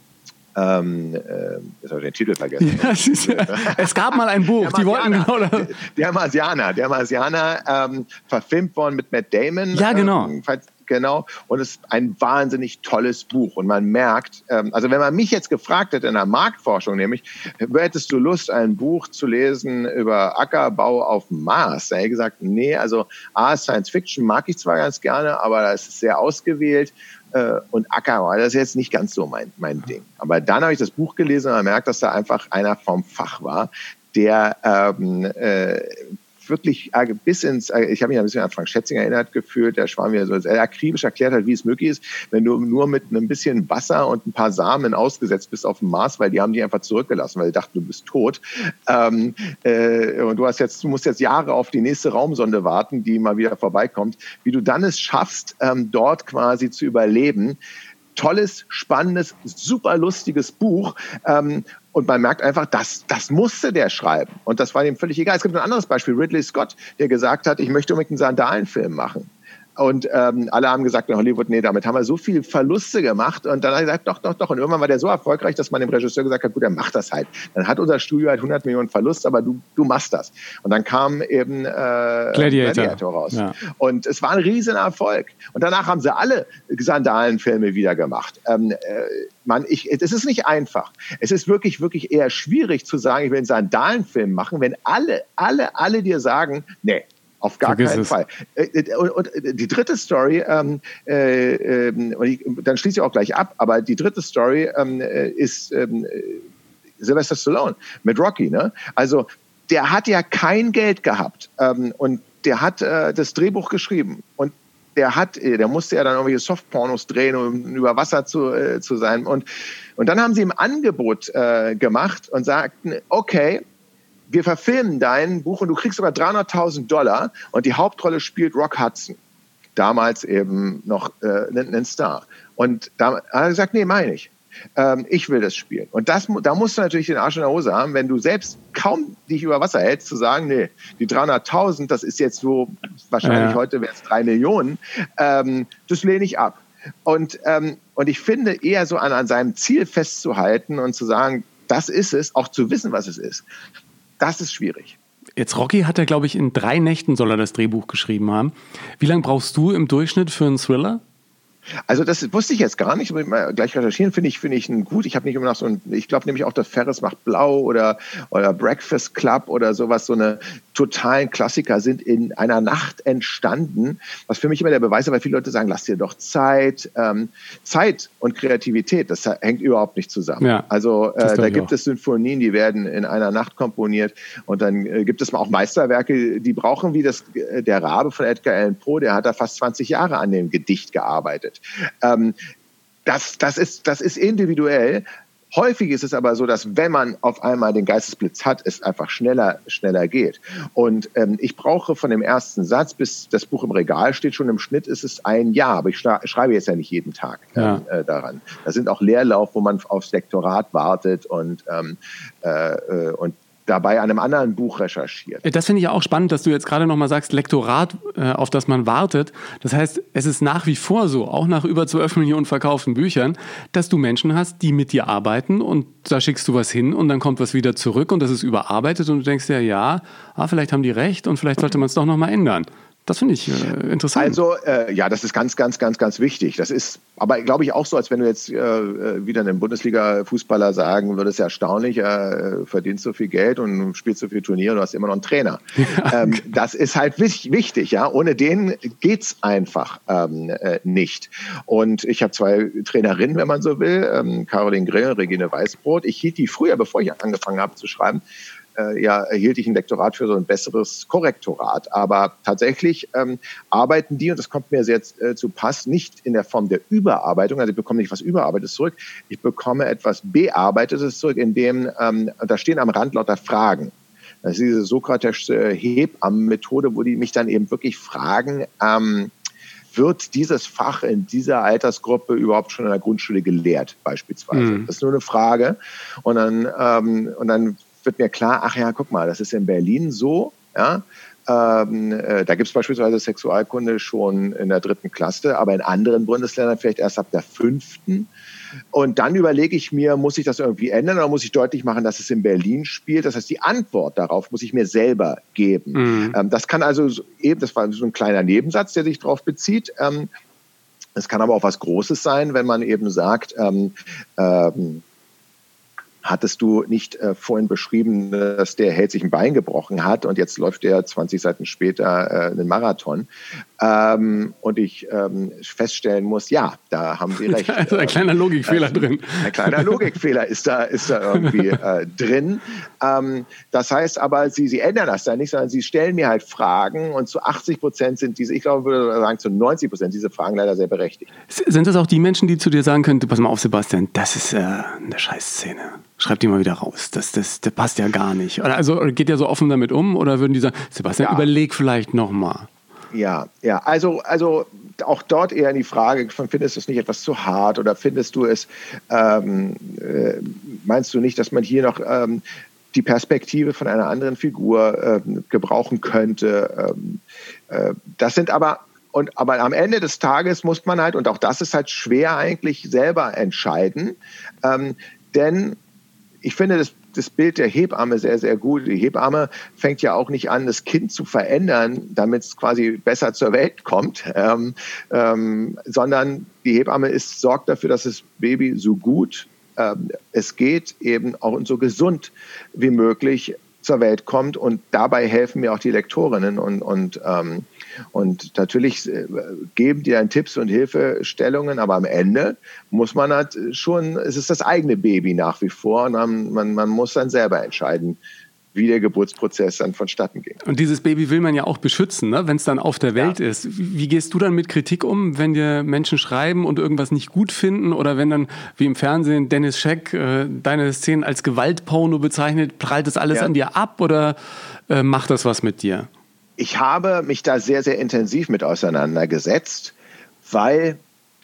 Ähm, äh, jetzt habe ich den Titel vergessen. Ja, es, ist, es gab mal ein Buch, die wollten genau das. Der, der Marsianer, der Marsianer, ähm, verfilmt worden mit Matt Damon. Ja, genau. Ähm, genau. Und es ist ein wahnsinnig tolles Buch. Und man merkt, ähm, also wenn man mich jetzt gefragt hätte in der Marktforschung, nämlich, hättest du Lust, ein Buch zu lesen über Ackerbau auf dem Mars? Da hätte ich gesagt, nee, also A, Science Fiction mag ich zwar ganz gerne, aber das ist sehr ausgewählt. Und Ackerbau, das ist jetzt nicht ganz so mein, mein Ding. Aber dann habe ich das Buch gelesen und man merkt, dass da einfach einer vom Fach war, der ähm, äh, wirklich bis ins, ich habe mich ein bisschen an Frank Schätzing erinnert gefühlt, der Schwarm mir so sehr akribisch erklärt hat, wie es möglich ist, wenn du nur mit einem bisschen Wasser und ein paar Samen ausgesetzt bist auf dem Mars, weil die haben die einfach zurückgelassen, weil die dachten, du bist tot. Ähm, äh, und du hast jetzt, du musst jetzt Jahre auf die nächste Raumsonde warten, die mal wieder vorbeikommt, wie du dann es schaffst, ähm, dort quasi zu überleben. Tolles, spannendes, super lustiges Buch. Ähm, und man merkt einfach, das, das musste der schreiben. Und das war ihm völlig egal. Es gibt ein anderes Beispiel, Ridley Scott, der gesagt hat, ich möchte unbedingt einen Sandalenfilm machen. Und ähm, alle haben gesagt in Hollywood, nee, damit haben wir so viel Verluste gemacht. Und dann hat er gesagt, doch, doch, doch. Und irgendwann war der so erfolgreich, dass man dem Regisseur gesagt hat, gut, er macht das halt. Dann hat unser Studio halt hundert Millionen Verlust, aber du, du machst das. Und dann kam eben äh, Gladiator. Gladiator raus. Ja. Und es war ein Riesenerfolg. Und danach haben sie alle Sandalenfilme wieder gemacht. Ähm, äh, man, ich, es ist nicht einfach. Es ist wirklich, wirklich eher schwierig zu sagen, ich will einen Sandalenfilm machen, wenn alle, alle, alle dir sagen, nee, auf gar Vergiss keinen es. Fall. Und, und die dritte Story, ähm, äh, und ich, dann schließe ich auch gleich ab, aber die dritte Story ähm, ist ähm, Sylvester Stallone mit Rocky. Ne? Also der hat ja kein Geld gehabt ähm, und der hat äh, das Drehbuch geschrieben und der hat, der musste ja dann irgendwelche Softpornos drehen, um über Wasser zu, äh, zu sein. Und, und dann haben sie ihm Angebot äh, gemacht und sagten, okay, wir verfilmen dein Buch und du kriegst sogar dreihunderttausend Dollar und die Hauptrolle spielt Rock Hudson. Damals eben noch äh, ein Star. Und da hat er gesagt, nee, meine ich. Ähm, ich will das spielen. Und das, da musst du natürlich den Arsch in der Hose haben, wenn du selbst kaum dich über Wasser hältst, zu sagen, nee, die dreihunderttausend, das ist jetzt so, wahrscheinlich ja. heute wäre es drei Millionen, ähm, das lehne ich ab. Und, ähm, und ich finde, eher so an, an seinem Ziel festzuhalten und zu sagen, das ist es, auch zu wissen, was es ist, das ist schwierig. Jetzt Rocky hat er, glaube ich, in drei Nächten soll er das Drehbuch geschrieben haben. Wie lange brauchst du im Durchschnitt für einen Thriller? Also das wusste ich jetzt gar nicht, muss ich mal gleich recherchieren, finde ich, finde ich gut. Ich habe nicht immer noch so ein, ich glaube nämlich auch, dass Ferris macht Blau oder, oder Breakfast Club oder sowas, so eine totalen Klassiker sind in einer Nacht entstanden, was für mich immer der Beweis ist, weil viele Leute sagen, lass dir doch Zeit. Ähm, Zeit und Kreativität, das hängt überhaupt nicht zusammen. Ja, also äh, da gibt auch. es Sinfonien, die werden in einer Nacht komponiert und dann äh, gibt es mal auch Meisterwerke, die brauchen wie das äh, der Rabe von Edgar Allan Poe, der hat da fast zwanzig Jahre an dem Gedicht gearbeitet. Ähm, das, das, ist, das ist individuell. Häufig ist es aber so, dass wenn man auf einmal den Geistesblitz hat, es einfach schneller, schneller geht. Und ähm, ich brauche von dem ersten Satz, bis das Buch im Regal steht, schon im Schnitt ist es ein Jahr. Aber ich schreibe jetzt ja nicht jeden Tag ähm, ja. äh, daran. Da sind auch Leerlauf, wo man aufs Lektorat wartet und, ähm, äh, und dabei an einem anderen Buch recherchiert. Das finde ich auch spannend, dass du jetzt gerade nochmal sagst, Lektorat, äh, auf das man wartet. Das heißt, es ist nach wie vor so, auch nach über zwölf Millionen verkauften Büchern, dass du Menschen hast, die mit dir arbeiten und da schickst du was hin und dann kommt was wieder zurück und das ist überarbeitet und du denkst ja, ja, ah, vielleicht haben die recht und vielleicht sollte man es doch nochmal ändern. Das finde ich äh, interessant. Also, äh, ja, das ist ganz, ganz, ganz, ganz wichtig. Das ist aber, glaube ich, auch so, als wenn du jetzt äh, wieder einem Bundesliga-Fußballer sagen würdest, ja, erstaunlich, äh, verdienst so viel Geld und spielst so viele Turniere und du hast immer noch einen Trainer. Ja. Ähm, das ist halt wichtig, ja. Ohne den geht's einfach ähm, äh, nicht. Und ich habe zwei Trainerinnen, wenn man so will, ähm, Caroline Grill und Regine Weißbrot. Ich hielt die früher, bevor ich angefangen habe zu schreiben, Äh, ja, erhielt ich ein Lektorat für so ein besseres Korrektorat. Aber tatsächlich ähm, arbeiten die, und das kommt mir jetzt äh, zu Pass, nicht in der Form der Überarbeitung, also ich bekomme nicht was Überarbeitetes zurück, ich bekomme etwas Bearbeitetes zurück, in dem, ähm, da stehen am Rand lauter Fragen. Das ist diese Sokrates Hebammen-Methode, wo die mich dann eben wirklich fragen, ähm, wird dieses Fach in dieser Altersgruppe überhaupt schon in der Grundschule gelehrt, beispielsweise? Mhm. Das ist nur eine Frage. Und dann, ähm, und dann wird mir klar, ach ja, guck mal, das ist in Berlin so, ja, ähm, äh, da gibt es beispielsweise Sexualkunde schon in der dritten Klasse, aber in anderen Bundesländern vielleicht erst ab der fünften. Und dann überlege ich mir, muss ich das irgendwie ändern oder muss ich deutlich machen, dass es in Berlin spielt? Das heißt, die Antwort darauf muss ich mir selber geben. Mhm. Ähm, das kann also so, eben, das war so ein kleiner Nebensatz, der sich darauf bezieht. Ähm, es kann aber auch was Großes sein, wenn man eben sagt, ähm, ähm, hattest du nicht äh, vorhin beschrieben, dass der Held sich ein Bein gebrochen hat und jetzt läuft der zwanzig Seiten später äh, einen Marathon. Ähm, und ich ähm, feststellen muss, ja, da haben Sie recht. Also ein kleiner Logikfehler äh, drin. Ein kleiner Logikfehler ist da, ist da irgendwie äh, drin. Ähm, das heißt aber, Sie, Sie ändern das da nicht, sondern Sie stellen mir halt Fragen und zu achtzig Prozent sind diese, ich glaube, ich würde sagen, zu neunzig Prozent diese Fragen leider sehr berechtigt. Sind das auch die Menschen, die zu dir sagen können, pass mal auf, Sebastian, das ist äh, eine Scheißszene. Schreib die mal wieder raus. Das, das, das passt ja gar nicht. Oder also geht ihr so offen damit um oder würden die sagen, Sebastian, ja. überleg vielleicht nochmal. Ja, ja. Also, also auch dort eher in die Frage, findest du es nicht etwas zu hart oder findest du es, ähm, äh, meinst du nicht, dass man hier noch ähm, die Perspektive von einer anderen Figur ähm, gebrauchen könnte? Ähm, äh, das sind aber Und, aber am Ende des Tages muss man halt, und auch das ist halt schwer eigentlich selber entscheiden, ähm, denn ich finde das, das Bild der Hebamme sehr, sehr gut. Die Hebamme fängt ja auch nicht an, das Kind zu verändern, damit es quasi besser zur Welt kommt, ähm, ähm, sondern die Hebamme ist, sorgt dafür, dass das Baby so gut ähm, es geht, eben auch so gesund wie möglich zur Welt kommt. Und dabei helfen mir auch die Lektorinnen und, und, ähm, und natürlich geben die dann Tipps und Hilfestellungen, aber am Ende muss man halt schon, es ist das eigene Baby nach wie vor und man, man, man muss dann selber entscheiden, wie der Geburtsprozess dann vonstatten ging. Und dieses Baby will man ja auch beschützen, ne? Wenn es dann auf der Welt ja. ist. Wie gehst du dann mit Kritik um, wenn dir Menschen schreiben und irgendwas nicht gut finden oder wenn dann, wie im Fernsehen, Dennis Scheck äh, deine Szenen als Gewaltporno bezeichnet, prallt das alles ja. an dir ab oder äh, macht das was mit dir? Ich habe mich da sehr, sehr intensiv mit auseinandergesetzt, weil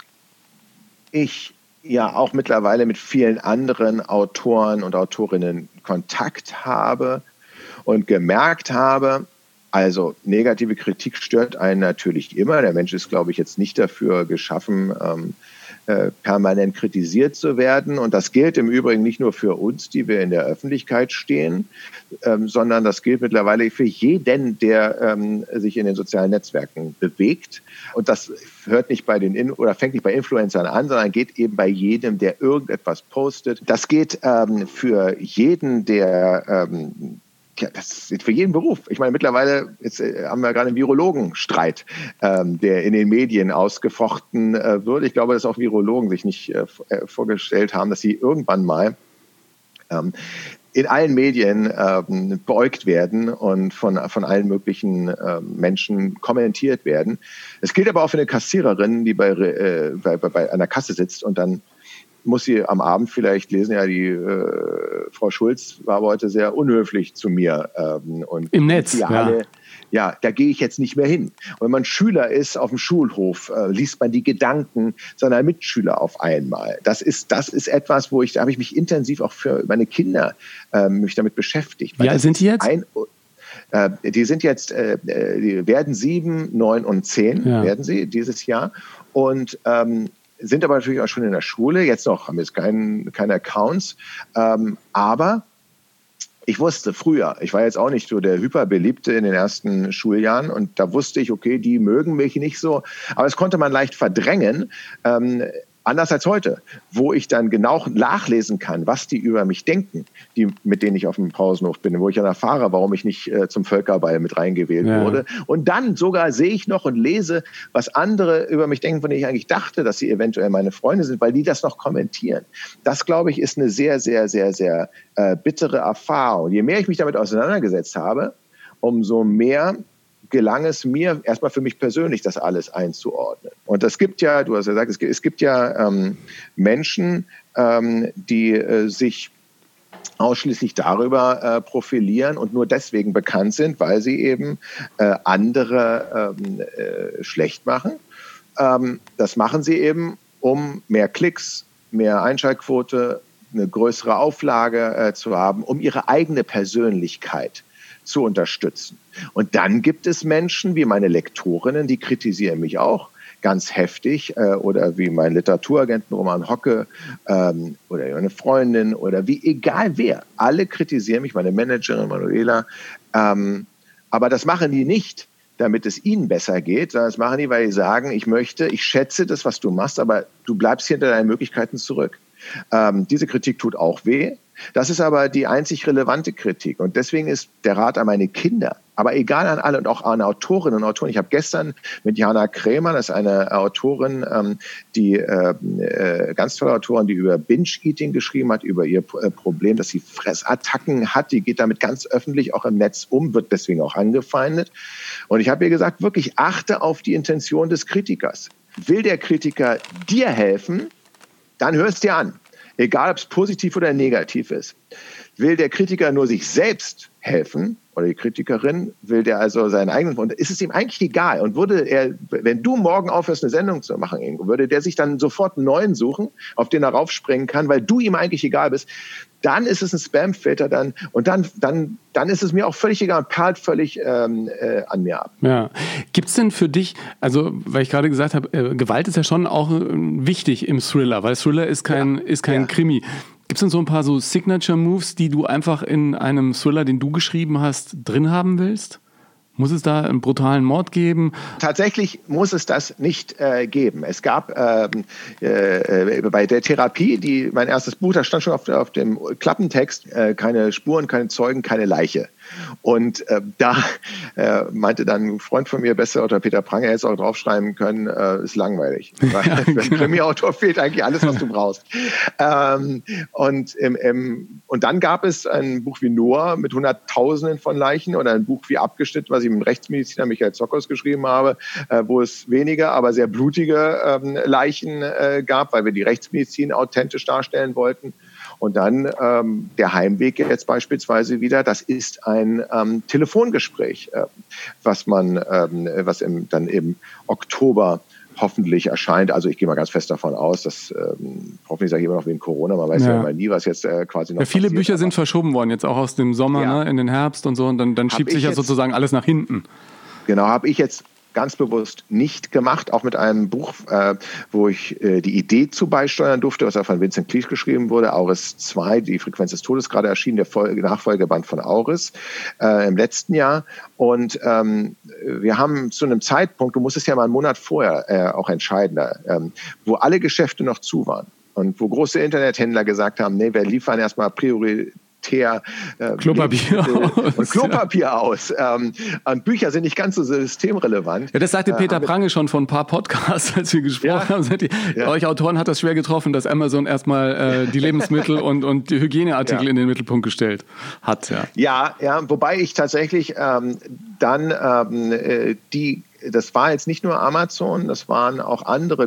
ich ja auch mittlerweile mit vielen anderen Autoren und Autorinnen Kontakt habe und gemerkt habe, also negative Kritik stört einen natürlich immer. Der Mensch ist, glaube ich, jetzt nicht dafür geschaffen, ähm, äh, permanent kritisiert zu werden. Und das gilt im Übrigen nicht nur für uns, die wir in der Öffentlichkeit stehen, ähm, sondern das gilt mittlerweile für jeden, der ähm, sich in den sozialen Netzwerken bewegt. Und das hört nicht bei den In- oder fängt nicht bei Influencern an, sondern geht eben bei jedem, der irgendetwas postet. Das geht ähm, für jeden, der ähm, Ja, das ist für jeden Beruf. Ich meine, mittlerweile jetzt, äh, haben wir gerade einen Virologenstreit, ähm, der in den Medien ausgefochten äh, wird. Ich glaube, dass auch Virologen sich nicht äh, vorgestellt haben, dass sie irgendwann mal ähm, in allen Medien ähm, beäugt werden und von, von allen möglichen äh, Menschen kommentiert werden. Es gilt aber auch für eine Kassiererin, die bei, äh, bei, bei einer Kasse sitzt und dann muss sie am Abend vielleicht lesen, ja, die äh, Frau Schulz war aber heute sehr unhöflich zu mir. Ähm, und im Netz, ja. Alle, ja, da gehe ich jetzt nicht mehr hin. Und wenn man Schüler ist auf dem Schulhof, äh, liest man die Gedanken seiner Mitschüler auf einmal. Das ist, das ist etwas, wo ich, da habe ich mich intensiv auch für meine Kinder äh, mich damit beschäftigt. Wie alt sind die jetzt? Ein, äh, die sind jetzt, äh, die werden sieben, neun und zehn, ja. werden sie dieses Jahr. Und ähm, sind aber natürlich auch schon in der Schule, jetzt noch haben wir jetzt keinen, keine Accounts, ähm, aber ich wusste früher, ich war jetzt auch nicht so der Hyperbeliebte in den ersten Schuljahren und da wusste ich, okay, die mögen mich nicht so, aber das konnte man leicht verdrängen, ähm, anders als heute, wo ich dann genau nachlesen kann, was die über mich denken, die, mit denen ich auf dem Pausenhof bin, wo ich dann erfahre, warum ich nicht äh, zum Völkerball mit reingewählt ja. wurde. Und dann sogar sehe ich noch und lese, was andere über mich denken, von denen ich eigentlich dachte, dass sie eventuell meine Freunde sind, weil die das noch kommentieren. Das, glaube ich, ist eine sehr, sehr, sehr, sehr äh, bittere Erfahrung. Je mehr ich mich damit auseinandergesetzt habe, umso mehr gelang es mir, erstmal für mich persönlich, das alles einzuordnen. Und es gibt ja, du hast ja gesagt, es gibt, es gibt ja ähm, Menschen, ähm, die äh, sich ausschließlich darüber äh, profilieren und nur deswegen bekannt sind, weil sie eben äh, andere ähm, äh, schlecht machen. Ähm, das machen sie eben, um mehr Klicks, mehr Einschaltquote, eine größere Auflage äh, zu haben, um ihre eigene Persönlichkeit zu unterstützen. Und dann gibt es Menschen wie meine Lektorinnen, die kritisieren mich auch ganz heftig, äh, oder wie mein Literaturagenten Roman Hocke ähm, oder meine Freundin oder wie egal wer. Alle kritisieren mich, meine Managerin Manuela. Ähm, aber das machen die nicht, damit es ihnen besser geht, sondern das machen die, weil sie sagen, ich möchte, ich schätze das, was du machst, aber du bleibst hinter deinen Möglichkeiten zurück. Ähm, diese Kritik tut auch weh. Das ist aber die einzig relevante Kritik. Und deswegen ist der Rat an meine Kinder, aber egal an alle und auch an Autorinnen und Autoren. Ich habe gestern mit Jana Krämer, das ist eine Autorin, ähm, die äh, äh, ganz tolle Autorin, die über Binge-Eating geschrieben hat, über ihr äh, Problem, dass sie Fressattacken hat. Die geht damit ganz öffentlich auch im Netz um, wird deswegen auch angefeindet. Und ich habe ihr gesagt, wirklich achte auf die Intention des Kritikers. Will der Kritiker dir helfen, dann hör es dir an. Egal, ob es positiv oder negativ ist. Will der Kritiker nur sich selbst helfen oder die Kritikerin, will der also seinen eigenen, und ist es ihm eigentlich egal. Und würde er, wenn du morgen aufhörst, eine Sendung zu machen, Ingo, würde der sich dann sofort einen neuen suchen, auf den er raufspringen kann, weil du ihm eigentlich egal bist. Dann ist es ein Spamfilter dann und dann, dann, dann ist es mir auch völlig egal und perlt völlig ähm, äh, an mir ab. Ja. Gibt es denn für dich, also weil ich gerade gesagt habe, äh, Gewalt ist ja schon auch äh, wichtig im Thriller, weil Thriller ist kein, ja. ist kein ja. Krimi. Gibt es denn so ein paar so Signature-Moves, die du einfach in einem Thriller, den du geschrieben hast, drin haben willst? Muss es da einen brutalen Mord geben? Tatsächlich muss es das nicht äh, geben. Es gab ähm, äh, bei der Therapie, die mein erstes Buch, da stand schon auf, auf dem Klappentext, äh, keine Spuren, keine Zeugen, keine Leiche. Und äh, da äh, meinte dann ein Freund von mir, Bestsellerautor Peter Pranger, hätte es auch draufschreiben können, äh, ist langweilig. Weil Ja, für genau. einen Krimi-Autor fehlt eigentlich alles, was du brauchst. ähm, und, im, im, und dann gab es ein Buch wie Noah mit Hunderttausenden von Leichen oder ein Buch wie Abgeschnitten, was ich mit dem Rechtsmediziner Michael Zockers geschrieben habe, äh, wo es weniger, aber sehr blutige ähm, Leichen äh, gab, weil wir die Rechtsmedizin authentisch darstellen wollten. Und dann ähm, der Heimweg jetzt beispielsweise wieder, das ist ein ähm, Telefongespräch, äh, was man, ähm, was im, dann im Oktober hoffentlich erscheint. Also ich gehe mal ganz fest davon aus, dass ähm, hoffentlich sage ich immer noch wegen Corona, man weiß ja, ja immer nie, was jetzt äh, quasi noch ja, viele passiert. Bücher sind verschoben worden, jetzt auch aus dem Sommer ja. ne, in den Herbst und so. Und dann, dann schiebt sich ja jetzt, sozusagen alles nach hinten. Genau, habe ich jetzt ganz bewusst nicht gemacht, auch mit einem Buch, äh, wo ich äh, die Idee zu beisteuern durfte, was auch von Vincent Cleage geschrieben wurde, Auris zwei, die Frequenz des Todes, gerade erschienen, der Folge, Nachfolgeband von Auris äh, im letzten Jahr. Und ähm, wir haben zu einem Zeitpunkt, du musst es ja mal einen Monat vorher äh, auch entscheiden, ähm, wo alle Geschäfte noch zu waren und wo große Internethändler gesagt haben, nee, wir liefern erstmal Priorität Teer, äh, Klopapier aus, und Klopapier ja. aus. Ähm, und Bücher sind nicht ganz so systemrelevant. Ja, das sagte Peter äh, Prange schon vor ein paar Podcasts, als wir gesprochen ja. haben. Die, ja. Euch Autoren hat das schwer getroffen, dass Amazon erstmal äh, die Lebensmittel und, und die Hygieneartikel ja. in den Mittelpunkt gestellt hat. Ja, ja, ja, wobei ich tatsächlich ähm, dann ähm, äh, die das war jetzt nicht nur Amazon, das waren auch andere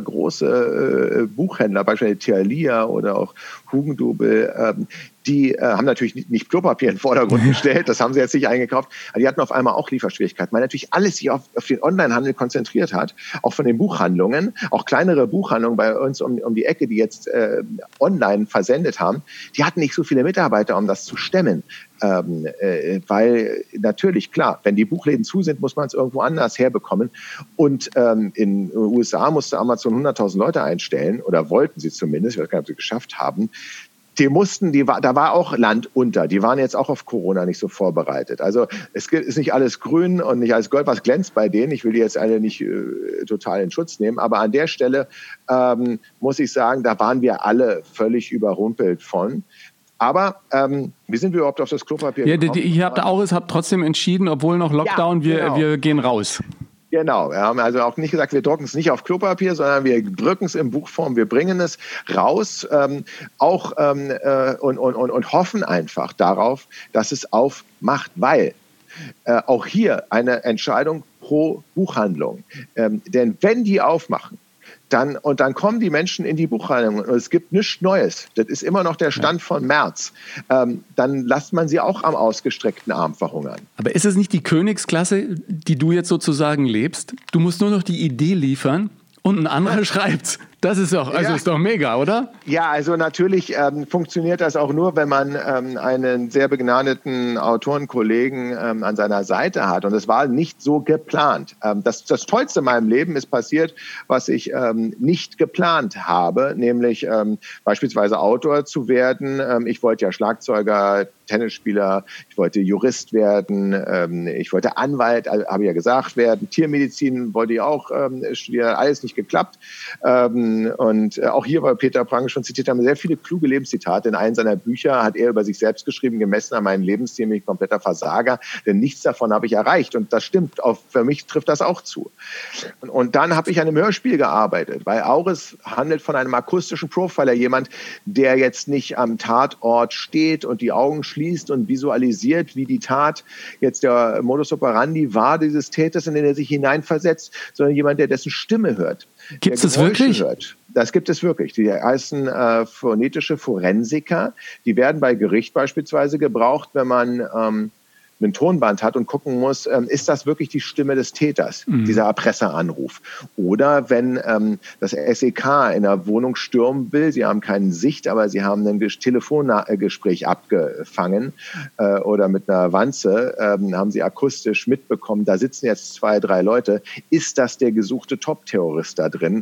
große äh, Buchhändler, beispielsweise Thalia oder auch Hugendubel, ähm, die äh, haben natürlich nicht, nicht Klopapier in den Vordergrund gestellt, das haben sie jetzt nicht eingekauft, aber die hatten auf einmal auch Lieferschwierigkeiten, weil natürlich alles sich auf, auf den Onlinehandel konzentriert hat, auch von den Buchhandlungen, auch kleinere Buchhandlungen bei uns um, um die Ecke, die jetzt äh, online versendet haben, die hatten nicht so viele Mitarbeiter, um das zu stemmen. Ähm, äh, weil natürlich, klar, wenn die Buchläden zu sind, muss man es irgendwo anders herbekommen. Und ähm, in den U S A musste Amazon hunderttausend Leute einstellen, oder wollten sie zumindest, ich weiß gar nicht, ob sie es geschafft haben. Die mussten, die war, da war auch Land unter. Die waren jetzt auch auf Corona nicht so vorbereitet. Also es ist nicht alles grün und nicht alles Gold, was glänzt bei denen. Ich will die jetzt alle nicht äh, total in Schutz nehmen. Aber an der Stelle ähm, muss ich sagen, da waren wir alle völlig überrumpelt von. Aber ähm, wie sind wir überhaupt auf das Klopapier ja, gekommen? Die, ihr habt auch, es habt trotzdem entschieden, obwohl noch Lockdown, ja, genau. wir, wir gehen raus. Genau, wir haben also auch nicht gesagt, wir drucken es nicht auf Klopapier, sondern wir drücken es in Buchform, wir bringen es raus, ähm, auch ähm, äh, und, und, und, und hoffen einfach darauf, dass es aufmacht, weil äh, auch hier eine Entscheidung pro Buchhandlung. Ähm, denn wenn die aufmachen, Dann, und dann kommen die Menschen in die Buchhandlung und es gibt nichts Neues. Das ist immer noch der Stand von März. Ähm, dann lässt man sie auch am ausgestreckten Arm verhungern. Aber ist es nicht die Königsklasse, die du jetzt sozusagen lebst? Du musst nur noch die Idee liefern und ein anderer schreibt's. Das ist doch, also ja. ist doch mega, oder? Ja, also natürlich ähm, funktioniert das auch nur, wenn man ähm, einen sehr begnadeten Autorenkollegen ähm, an seiner Seite hat. Und es war nicht so geplant. Ähm, das, das Tollste in meinem Leben ist passiert, was ich ähm, nicht geplant habe, nämlich ähm, beispielsweise Autor zu werden. Ähm, ich wollte ja Schlagzeuger, Tennisspieler, ich wollte Jurist werden, ähm, ich wollte Anwalt, also, habe ich ja gesagt, werden. Tiermedizin wollte ich auch ähm, studieren, alles nicht geklappt. Ähm, Und auch hier war Peter Prange schon zitiert, haben sehr viele kluge Lebenszitate. In einem seiner Bücher hat er über sich selbst geschrieben, gemessen an meinem Lebensstil bin ich kompletter Versager, denn nichts davon habe ich erreicht. Und das stimmt, auch für mich trifft das auch zu. Und, und dann habe ich an einem Hörspiel gearbeitet, weil Auris handelt von einem akustischen Profiler, jemand, der jetzt nicht am Tatort steht und die Augen schließt und visualisiert, wie die Tat jetzt der Modus operandi war dieses Täters, in den er sich hineinversetzt, sondern jemand, der dessen Stimme hört. Gibt es das wirklich? Hört. Das gibt es wirklich. Die heißen äh, phonetische Forensiker. Die werden bei Gericht beispielsweise gebraucht, wenn man ähm, ein Tonband hat und gucken muss, ähm, ist das wirklich die Stimme des Täters, mhm. dieser Erpresseranruf? Oder wenn ähm, das S E K in der Wohnung stürmen will, sie haben keine Sicht, aber sie haben ein Telefongespräch abgefangen äh, oder mit einer Wanze, ähm, haben sie akustisch mitbekommen, da sitzen jetzt zwei, drei Leute. Ist das der gesuchte Top-Terrorist da drin?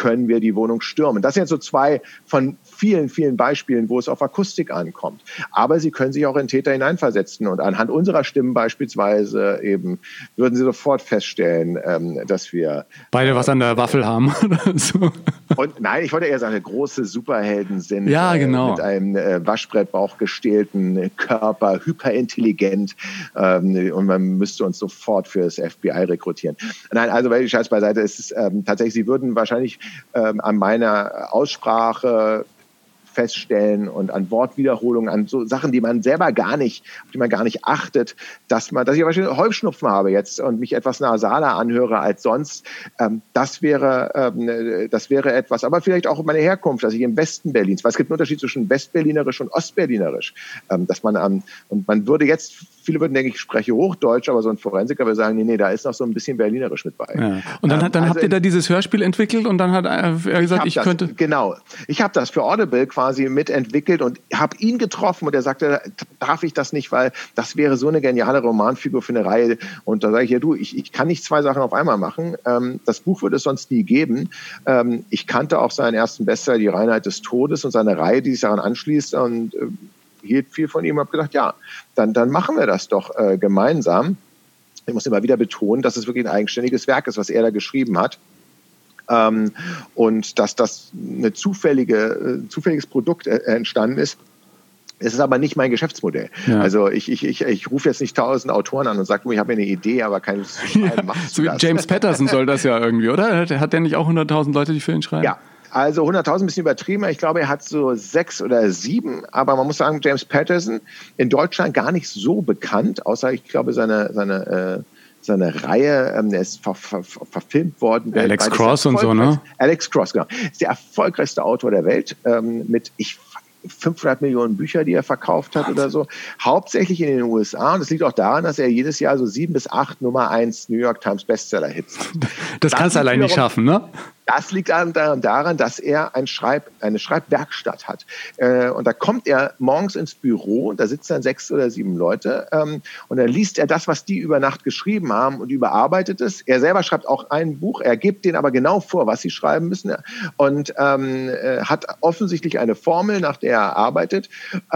können wir die Wohnung stürmen. Das sind jetzt so zwei von vielen, vielen Beispielen, wo es auf Akustik ankommt. Aber Sie können sich auch in Täter hineinversetzen und anhand unserer Stimmen beispielsweise eben würden Sie sofort feststellen, ähm, dass wir beide äh, was an der Waffel haben. so. Und nein, ich wollte eher sagen, große Superhelden sind ja, genau. äh, mit einem äh, Waschbrettbauch gestählten Körper, hyperintelligent ähm, und man müsste uns sofort für das F B I rekrutieren. Nein, also weil die Scheiß beiseite, es ist ähm, tatsächlich, Sie würden wahrscheinlich ähm, an meiner Aussprache feststellen und an Wortwiederholungen, an so Sachen, die man selber gar nicht, auf die man gar nicht achtet, dass man, dass ich beispielsweise Heuschnupfen habe jetzt und mich etwas nasaler anhöre als sonst, ähm, das wäre, ähm, das wäre etwas, aber vielleicht auch meine Herkunft, dass ich im Westen Berlins, weil es gibt einen Unterschied zwischen Westberlinerisch und Ostberlinerisch, ähm, dass man, ähm, und man würde jetzt, viele würden denken, ich spreche Hochdeutsch, aber so ein Forensiker würde sagen, nee, nee, da ist noch so ein bisschen Berlinerisch mit bei. Ja. Und dann, hat, dann ähm, also habt ihr da dieses Hörspiel entwickelt und dann hat er gesagt, ich, ich das, könnte... Genau, ich habe das für Audible quasi mitentwickelt und habe ihn getroffen und er sagte, darf ich das nicht, weil das wäre so eine geniale Romanfigur für eine Reihe. Und da sage ich, ja du, ich, ich kann nicht zwei Sachen auf einmal machen. Ähm, das Buch würde es sonst nie geben. Ähm, ich kannte auch seinen ersten Bestseller, Die Reinheit des Todes und seine Reihe, die sich daran anschließt und äh, hielt viel von ihm und habe gedacht, ja, dann, dann machen wir das doch äh, gemeinsam. Ich muss immer wieder betonen, dass es wirklich ein eigenständiges Werk ist, was er da geschrieben hat. Ähm, und dass das eine zufällige, äh, zufälliges Produkt äh, entstanden ist. Es ist aber nicht mein Geschäftsmodell. Ja. Also ich, ich, ich, ich rufe jetzt nicht tausend Autoren an und sage, ich habe eine Idee, aber keines zu schreiben. Ja, so wie James Patterson soll das ja irgendwie, oder? Hat der nicht auch hunderttausend Leute, die für ihn schreiben? Ja. Also hunderttausend ein bisschen übertrieben. Ich glaube, er hat so sechs oder sieben. Aber man muss sagen, James Patterson in Deutschland gar nicht so bekannt, außer ich glaube, seine, seine äh, seine Reihe, ähm, der ist ver, ver, verfilmt worden. Alex Cross und so, ne? Alex Cross, genau. Ist der erfolgreichste Autor der Welt ähm, mit ich, fünfhundert Millionen Bücher, die er verkauft hat oder so. Hauptsächlich in den U S A. Und das liegt auch daran, dass er jedes Jahr so sieben bis acht Nummer eins New York Times Bestseller-Hits hat. Das, das kannst du allein nicht schaffen, ne? Das liegt daran, dass er ein Schreib, eine Schreibwerkstatt hat. Und da kommt er morgens ins Büro, und da sitzen dann sechs oder sieben Leute, und dann liest er das, was die über Nacht geschrieben haben und überarbeitet es. Er selber schreibt auch ein Buch, er gibt denen aber genau vor, was sie schreiben müssen, und ähm, hat offensichtlich eine Formel, nach der er arbeitet.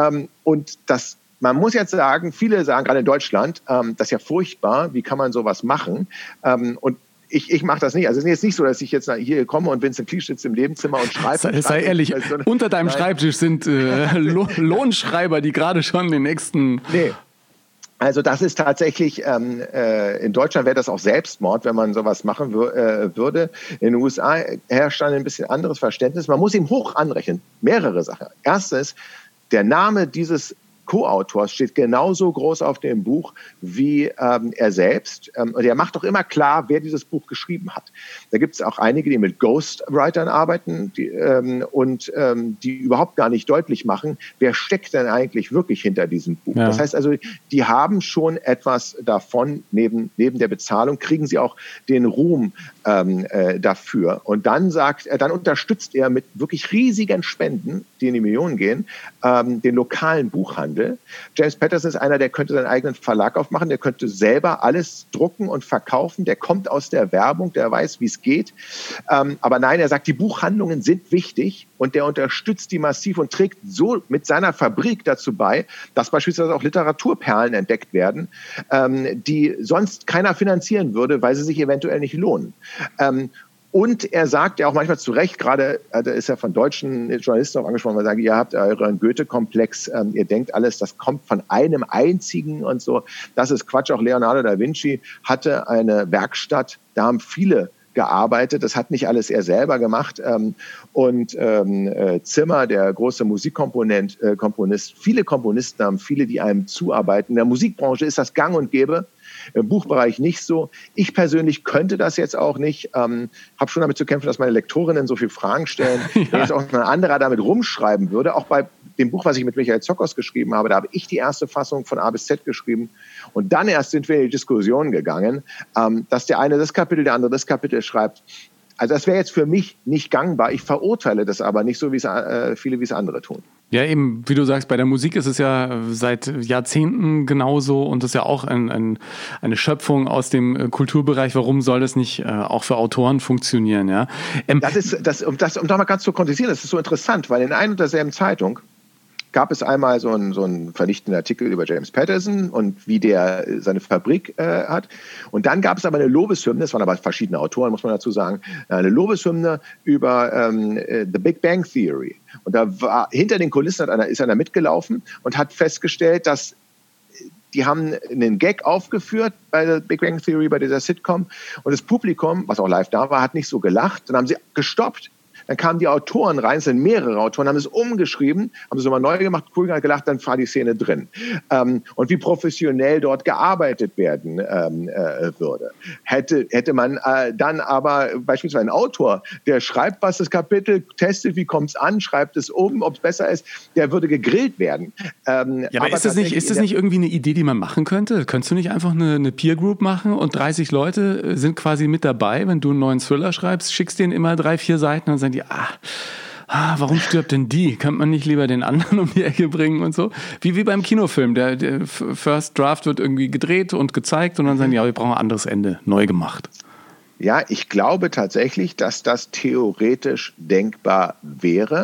Und das Man muss jetzt sagen, viele sagen, gerade in Deutschland, ähm, das ist ja furchtbar, wie kann man sowas machen? Ähm, und Ich, ich mache das nicht. Also es ist jetzt nicht so, dass ich jetzt hier komme und Vincent Cleage sitzt im Nebenzimmer und schreibt. Sei, sei ehrlich, so eine, unter deinem nein. Schreibtisch sind äh, Lohnschreiber, die gerade schon den nächsten... Nee. Also das ist tatsächlich, ähm, äh, in Deutschland wäre das auch Selbstmord, wenn man sowas machen wür- äh, würde. In den U S A herrscht dann ein bisschen anderes Verständnis. Man muss ihm hoch anrechnen. Mehrere Sachen. Erstens, der Name dieses Co-Autors steht genauso groß auf dem Buch wie ähm, er selbst. Ähm, und er macht doch immer klar, wer dieses Buch geschrieben hat. Da gibt es auch einige, die mit Ghostwritern arbeiten die, ähm, und ähm, die überhaupt gar nicht deutlich machen, wer steckt denn eigentlich wirklich hinter diesem Buch. Ja. Das heißt also, die haben schon etwas davon, neben, neben der Bezahlung kriegen sie auch den Ruhm ähm, äh, dafür. Und dann sagt er, dann unterstützt er mit wirklich riesigen Spenden, die in die Millionen gehen, ähm, den lokalen Buchhandel. James Patterson ist einer, der könnte seinen eigenen Verlag aufmachen, der könnte selber alles drucken und verkaufen, der kommt aus der Werbung, der weiß, wie es geht. Ähm, aber nein, er sagt, die Buchhandlungen sind wichtig und der unterstützt die massiv und trägt so mit seiner Fabrik dazu bei, dass beispielsweise auch Literaturperlen entdeckt werden, ähm, die sonst keiner finanzieren würde, weil sie sich eventuell nicht lohnen. Ähm, Und er sagt ja auch manchmal zu Recht, gerade da ist er von deutschen Journalisten auch angesprochen, weil er sagt, ihr habt euren Goethe-Komplex, ähm, ihr denkt alles, das kommt von einem einzigen und so. Das ist Quatsch. Auch Leonardo da Vinci hatte eine Werkstatt, da haben viele gearbeitet. Das hat nicht alles er selber gemacht. Ähm, und ähm, Zimmer, der große Musikkomponist, äh, Komponist, viele Komponisten haben, viele, die einem zuarbeiten. In der Musikbranche ist das gang und gäbe. Im Buchbereich nicht so. Ich persönlich könnte das jetzt auch nicht. Ähm, habe schon damit zu kämpfen, dass meine Lektorinnen so viele Fragen stellen. Ja. Wenn jetzt auch ein anderer damit rumschreiben würde, auch bei dem Buch, was ich mit Michael Zockers geschrieben habe, da habe ich die erste Fassung von A bis Z geschrieben. Und dann erst sind wir in die Diskussion gegangen, ähm, dass der eine das Kapitel, der andere das Kapitel schreibt. Also das wäre jetzt für mich nicht gangbar. Ich verurteile das aber nicht so, wie es äh, viele wie es andere tun. Ja, eben, wie du sagst, bei der Musik ist es ja seit Jahrzehnten genauso und das ist ja auch ein, ein, eine Schöpfung aus dem Kulturbereich. Warum soll das nicht äh, auch für Autoren funktionieren? Ja? Ähm, das ist, das, um das um da mal ganz zu konkretisieren, das ist so interessant, weil in einer und derselben Zeitung gab es einmal so einen, so einen vernichtenden Artikel über James Patterson und wie der seine Fabrik äh, hat. Und dann gab es aber eine Lobeshymne, das waren aber verschiedene Autoren, muss man dazu sagen, eine Lobeshymne über ähm, The Big Bang Theory. Und da war hinter den Kulissen hat einer, ist einer mitgelaufen und hat festgestellt, dass die haben einen Gag aufgeführt bei der Big Bang Theory, bei dieser Sitcom. Und das Publikum, was auch live da war, hat nicht so gelacht. Dann haben sie gestoppt. Dann kamen die Autoren rein, es sind mehrere Autoren, haben es umgeschrieben, haben es nochmal neu gemacht, cool hat gelacht, dann war die Szene drin. Ähm, und wie professionell dort gearbeitet werden ähm, äh, würde. Hätte, hätte man äh, dann aber beispielsweise einen Autor, der schreibt, was das Kapitel, testet, wie kommt es an, schreibt es um, ob es besser ist, der würde gegrillt werden. Ähm, ja, aber, aber ist das nicht, ist das nicht irgendwie eine Idee, die man machen könnte? Könntest du nicht einfach eine, eine Peer Group machen und dreißig Leute sind quasi mit dabei, wenn du einen neuen Thriller schreibst, schickst denen immer drei, vier Seiten und dann sagen die, Ah, ah, warum stirbt denn die? Könnte man nicht lieber den anderen um die Ecke bringen und so? Wie, wie beim Kinofilm. Der, der First Draft wird irgendwie gedreht und gezeigt und dann sagen die, ja, wir brauchen ein anderes Ende, neu gemacht. Ja, ich glaube tatsächlich, dass das theoretisch denkbar wäre.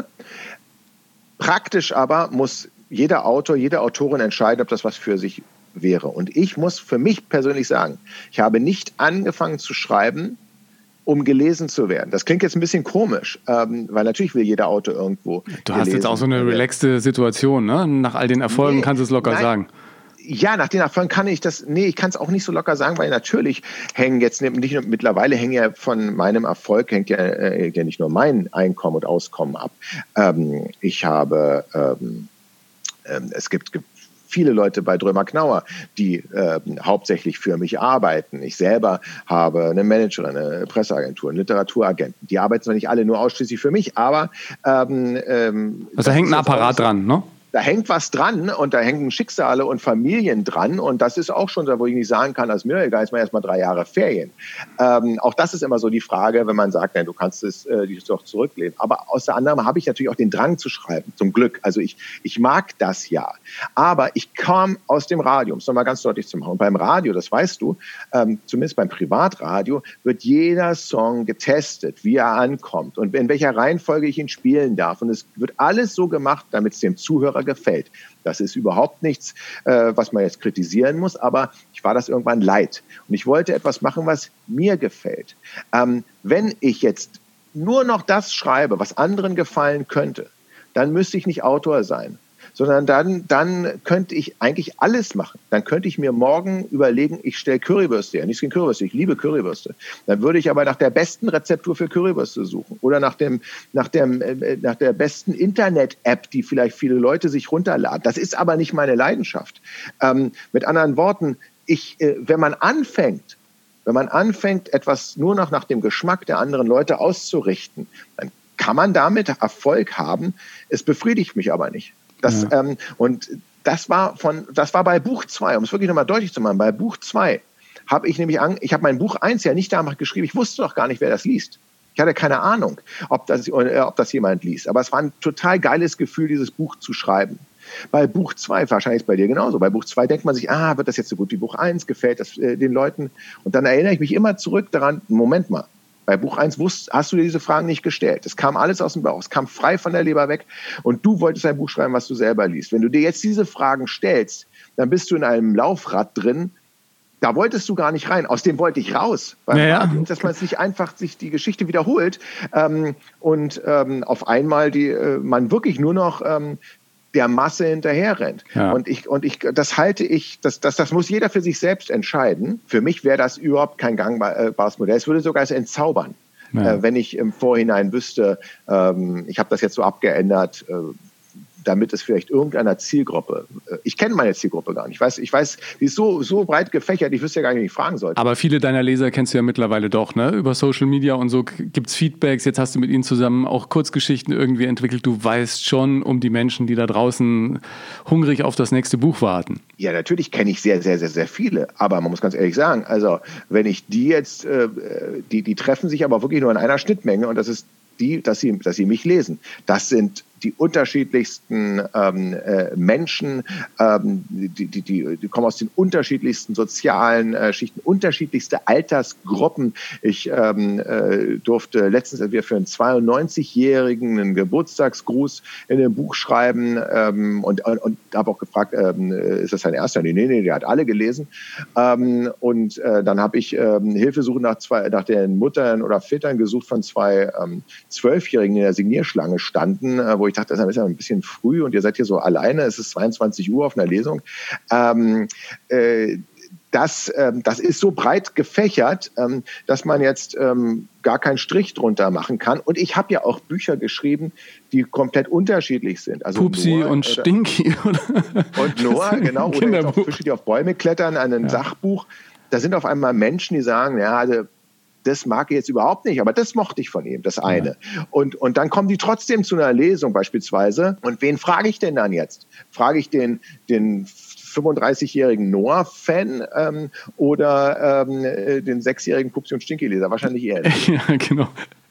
Praktisch aber muss jeder Autor, jede Autorin entscheiden, ob das was für sich wäre. Und ich muss für mich persönlich sagen, ich habe nicht angefangen zu schreiben, um gelesen zu werden. Das klingt jetzt ein bisschen komisch, ähm, weil natürlich will jeder Autor irgendwo Du hast jetzt auch so eine relaxte Situation, ne? Nach all den Erfolgen nee, kannst du es locker nein. sagen. Ja, nach den Erfolgen kann ich das, nee, ich kann es auch nicht so locker sagen, weil natürlich hängen jetzt nicht nur, mittlerweile hängen ja von meinem Erfolg, hängt ja, äh, ja nicht nur mein Einkommen und Auskommen ab. Ähm, ich habe, ähm, äh, es gibt, gibt viele Leute bei Drömer Knauer, die äh, hauptsächlich für mich arbeiten. Ich selber habe eine Managerin, eine Presseagentur, einen Literaturagenten. Die arbeiten zwar nicht alle nur ausschließlich für mich, aber ähm, ähm, also da hängt ein Apparat dran, ne? Da hängt was dran und da hängen Schicksale und Familien dran und das ist auch schon so, wo ich nicht sagen kann, als mir egal, ist mal erstmal drei Jahre Ferien. Ähm, auch das ist immer so die Frage, wenn man sagt, nein, du kannst es äh, dich doch zurücklehnen. Aber außer anderem habe ich natürlich auch den Drang zu schreiben, zum Glück. Also ich, ich mag das ja. Aber ich kam aus dem Radio, um es nochmal ganz deutlich zu machen. Und beim Radio, das weißt du, ähm, zumindest beim Privatradio, wird jeder Song getestet, wie er ankommt und in welcher Reihenfolge ich ihn spielen darf. Und es wird alles so gemacht, damit es dem Zuhörer gefällt. Das ist überhaupt nichts, äh, was man jetzt kritisieren muss, aber ich war das irgendwann leid. Und ich wollte etwas machen, was mir gefällt. Ähm, wenn ich jetzt nur noch das schreibe, was anderen gefallen könnte, dann müsste ich nicht Autor sein, sondern dann, dann könnte ich eigentlich alles machen. Dann könnte ich mir morgen überlegen, ich stelle Currywürste her. Nichts gegen Currywürste, ich liebe Currywürste. Dann würde ich aber nach der besten Rezeptur für Currywürste suchen oder nach dem, nach dem, äh, nach der besten Internet-App, die vielleicht viele Leute sich runterladen. Das ist aber nicht meine Leidenschaft. Ähm, mit anderen Worten, ich, äh, wenn man anfängt, wenn man anfängt, etwas nur noch nach dem Geschmack der anderen Leute auszurichten, dann kann man damit Erfolg haben. Es befriedigt mich aber nicht. Das, ja. ähm, und das war von, das war bei Buch zwei, um es wirklich nochmal deutlich zu machen, bei Buch zwei habe ich nämlich, an, ich habe mein Buch eins ja nicht damals geschrieben, ich wusste doch gar nicht, wer das liest. Ich hatte keine Ahnung, ob das, äh, ob das jemand liest, aber es war ein total geiles Gefühl, dieses Buch zu schreiben. Bei Buch zwei, wahrscheinlich ist bei dir genauso, bei Buch zwei denkt man sich, ah, wird das jetzt so gut wie Buch eins, gefällt das äh, den Leuten? Und dann erinnere ich mich immer zurück daran, Moment mal, bei Buch eins wusst, hast du dir diese Fragen nicht gestellt. Es kam alles aus dem Bauch, es kam frei von der Leber weg und du wolltest ein Buch schreiben, was du selber liest. Wenn du dir jetzt diese Fragen stellst, dann bist du in einem Laufrad drin, da wolltest du gar nicht rein, aus dem wollte ich raus. Beim ja, Radio, dass man es nicht einfach sich die Geschichte wiederholt ähm, und ähm, auf einmal die, äh, man wirklich nur noch ähm, der Masse hinterher rennt. Ja. Und ich, und ich, das halte ich, das, das, das muss jeder für sich selbst entscheiden. Für mich wäre das überhaupt kein gangbares Modell. Es würde sogar es entzaubern, ja. äh, wenn ich im Vorhinein wüsste, ähm, ich habe das jetzt so abgeändert, äh, damit es vielleicht irgendeiner Zielgruppe, ich kenne meine Zielgruppe gar nicht, ich weiß, ich weiß, die ist so, so breit gefächert, ich wüsste ja gar nicht, wie ich fragen sollte. Aber viele deiner Leser kennst du ja mittlerweile doch, ne? Über Social Media und so gibt es Feedbacks, jetzt hast du mit ihnen zusammen auch Kurzgeschichten irgendwie entwickelt, du weißt schon um die Menschen, die da draußen hungrig auf das nächste Buch warten. Ja, natürlich kenne ich sehr, sehr, sehr, sehr viele, aber man muss ganz ehrlich sagen, also wenn ich die jetzt, äh, die, die treffen sich aber wirklich nur in einer Schnittmenge und das ist die, dass sie, dass sie mich lesen. Das sind die unterschiedlichsten ähm, äh, Menschen, ähm, die, die, die, die kommen aus den unterschiedlichsten sozialen äh, Schichten, unterschiedlichste Altersgruppen. Ich ähm, äh, durfte letztens wir für einen zweiundneunzigjährigen einen Geburtstagsgruß in dem Buch schreiben ähm, und, und, und habe auch gefragt, ähm, ist das sein erster? Nee, nee, nee, der hat alle gelesen. Ähm, und äh, dann habe ich ähm, Hilfesuche nach, zwei, nach den Muttern oder Vätern gesucht von zwei ähm, Zwölfjährigen, die in der Signierschlange standen, äh, wo ich dachte, das ist ja ein bisschen früh und ihr seid hier so alleine, es ist zweiundzwanzig Uhr auf einer Lesung. Ähm, äh, das, ähm, das ist so breit gefächert, ähm, dass man jetzt ähm, gar keinen Strich drunter machen kann. Und ich habe ja auch Bücher geschrieben, die komplett unterschiedlich sind. Also Pupsi Noah, und oder, Stinky. Oder? Und Noah, genau. Oder jetzt auch Fische, die auf Bäume klettern, ein ja. Sachbuch. Da sind auf einmal Menschen, die sagen, ja, also, das mag ich jetzt überhaupt nicht, aber das mochte ich von ihm, das eine. Ja. Und, und dann kommen die trotzdem zu einer Lesung beispielsweise. Und wen frage ich denn dann jetzt? Frage ich den, den fünfunddreißigjährigen Noah-Fan ähm, oder ähm, den sechsjährigen Pupsi und Stinky-Leser? Wahrscheinlich eher. Ja, genau.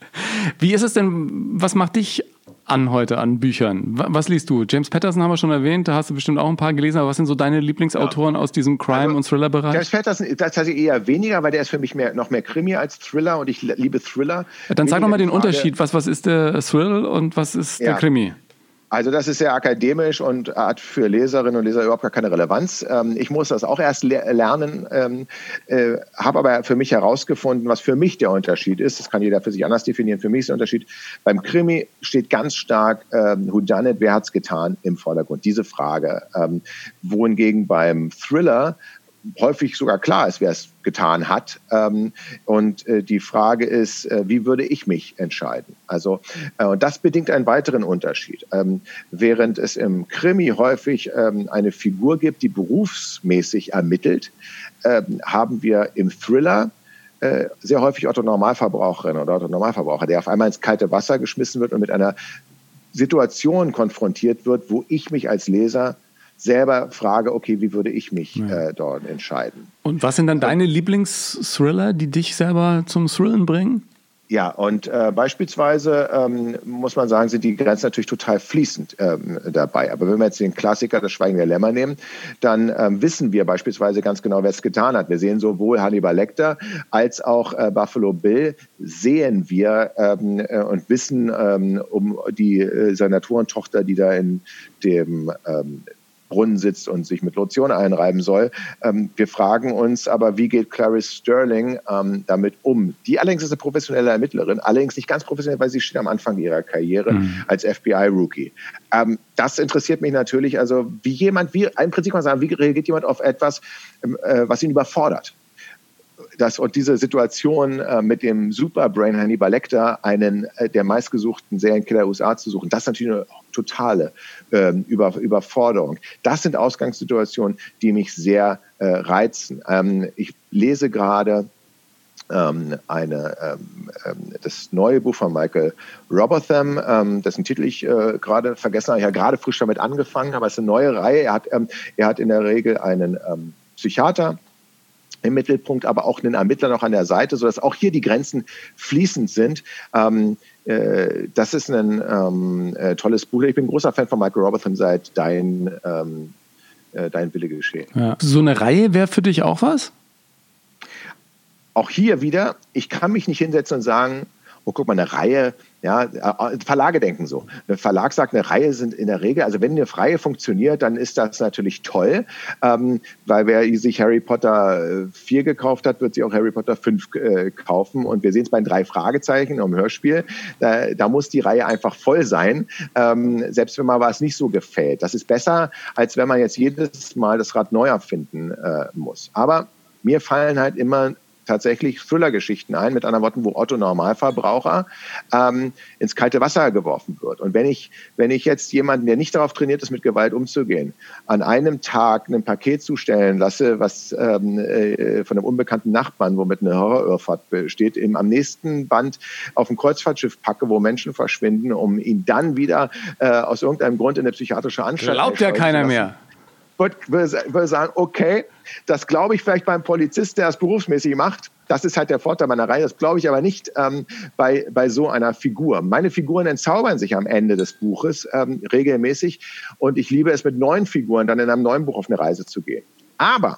Wie ist es denn, was macht dich an heute an Büchern? Was liest du? James Patterson haben wir schon erwähnt, da hast du bestimmt auch ein paar gelesen, aber was sind so deine Lieblingsautoren ja. aus diesem Crime- also, und Thriller-Bereich? James Patterson ist tatsächlich eher weniger, weil der ist für mich mehr, noch mehr Krimi als Thriller und ich liebe Thriller. Dann sag doch mal den Frage, Unterschied, was, was ist der Thrill und was ist ja. der Krimi? Also das ist sehr akademisch und hat für Leserinnen und Leser überhaupt gar keine Relevanz. Ich muss das auch erst lernen, äh, habe aber für mich herausgefunden, was für mich der Unterschied ist. Das kann jeder für sich anders definieren. Für mich ist der Unterschied, beim Krimi steht ganz stark ähm, Who Done It, wer hat's getan im Vordergrund, diese Frage. Ähm, wohingegen beim Thriller häufig sogar klar ist, wer es getan hat. Ähm, und äh, die Frage ist, äh, wie würde ich mich entscheiden? Also, äh, und das bedingt einen weiteren Unterschied. Ähm, während es im Krimi häufig ähm, eine Figur gibt, die berufsmäßig ermittelt, ähm, haben wir im Thriller äh, sehr häufig Otto-Normalverbraucherinnen oder Otto-Normalverbraucher, der auf einmal ins kalte Wasser geschmissen wird und mit einer Situation konfrontiert wird, wo ich mich als Leser selber frage, okay, wie würde ich mich ja. äh, dort entscheiden? Und was sind dann deine Lieblingsthriller, die dich selber zum Thrillen bringen? Ja, und äh, beispielsweise ähm, muss man sagen, sind die Grenzen natürlich total fließend ähm, dabei. Aber wenn wir jetzt den Klassiker Das Schweigen der Lämmer nehmen, dann ähm, wissen wir beispielsweise ganz genau, wer es getan hat. Wir sehen sowohl Hannibal Lecter als auch äh, Buffalo Bill, sehen wir ähm, äh, und wissen ähm, um die äh, Senatorentochter, die da in dem ähm, Brunnen sitzt und sich mit Lotion einreiben soll. Ähm, wir fragen uns aber, wie geht Clarice Sterling ähm, damit um? Die allerdings ist eine professionelle Ermittlerin, allerdings nicht ganz professionell, weil sie steht am Anfang ihrer Karriere mhm. als F B I-Rookie. Ähm, das interessiert mich natürlich, also wie jemand, wie im Prinzip kann man sagen, wie reagiert jemand auf etwas, äh, was ihn überfordert? Das, und diese Situation äh, mit dem Superbrain Hannibal Lecter, einen äh, der meistgesuchten Serienkiller der U S A zu suchen, das ist natürlich eine totale ähm, Über, Überforderung. Das sind Ausgangssituationen, die mich sehr äh, reizen. Ähm, ich lese gerade ähm, eine, ähm, das neue Buch von Michael Robotham, ähm, dessen Titel ich äh, gerade vergessen habe. Ich habe gerade frisch damit angefangen, aber es ist eine neue Reihe. Er hat, ähm, er hat in der Regel einen ähm, Psychiater im Mittelpunkt, aber auch einen Ermittler noch an der Seite, sodass auch hier die Grenzen fließend sind. Ähm, äh, das ist ein ähm, äh, tolles Buch. Ich bin ein großer Fan von Michael Robotham seit Dein, ähm, äh, Dein Wille geschehen. Ja. So eine Reihe wäre für dich auch was? Auch hier wieder, ich kann mich nicht hinsetzen und sagen, oh, guck mal, eine Reihe, ja, Verlage denken so. Ein Verlag sagt, eine Reihe sind in der Regel, also wenn eine Reihe funktioniert, dann ist das natürlich toll, ähm, weil wer sich Harry Potter vier gekauft hat, wird sich auch Harry Potter fünf äh, kaufen und wir sehen es bei den drei Fragezeichen im Hörspiel, da, da muss die Reihe einfach voll sein, ähm, selbst wenn mal was nicht so gefällt. Das ist besser, als wenn man jetzt jedes Mal das Rad neu erfinden äh, muss. Aber mir fallen halt immer tatsächlich Thriller-Geschichten ein, mit anderen Worten, wo Otto Normalverbraucher ähm, ins kalte Wasser geworfen wird. Und wenn ich, wenn ich jetzt jemanden, der nicht darauf trainiert ist, mit Gewalt umzugehen, an einem Tag ein Paket zustellen lasse, was ähm, äh, von einem unbekannten Nachbarn, womit eine Horrorirrfahrt besteht, ihm am nächsten Band auf ein Kreuzfahrtschiff packe, wo Menschen verschwinden, um ihn dann wieder äh, aus irgendeinem Grund in eine psychiatrische Anstalt glaubt ja keiner mehr. Ich würde sagen, okay, das glaube ich vielleicht beim Polizist, der es berufsmäßig macht, Das ist halt der Vorteil meiner Reihe. Das glaube ich aber nicht ähm, bei, bei so einer Figur. Meine Figuren entzaubern sich am Ende des Buches ähm, regelmäßig. Und ich liebe es, mit neuen Figuren dann in einem neuen Buch auf eine Reise zu gehen. Aber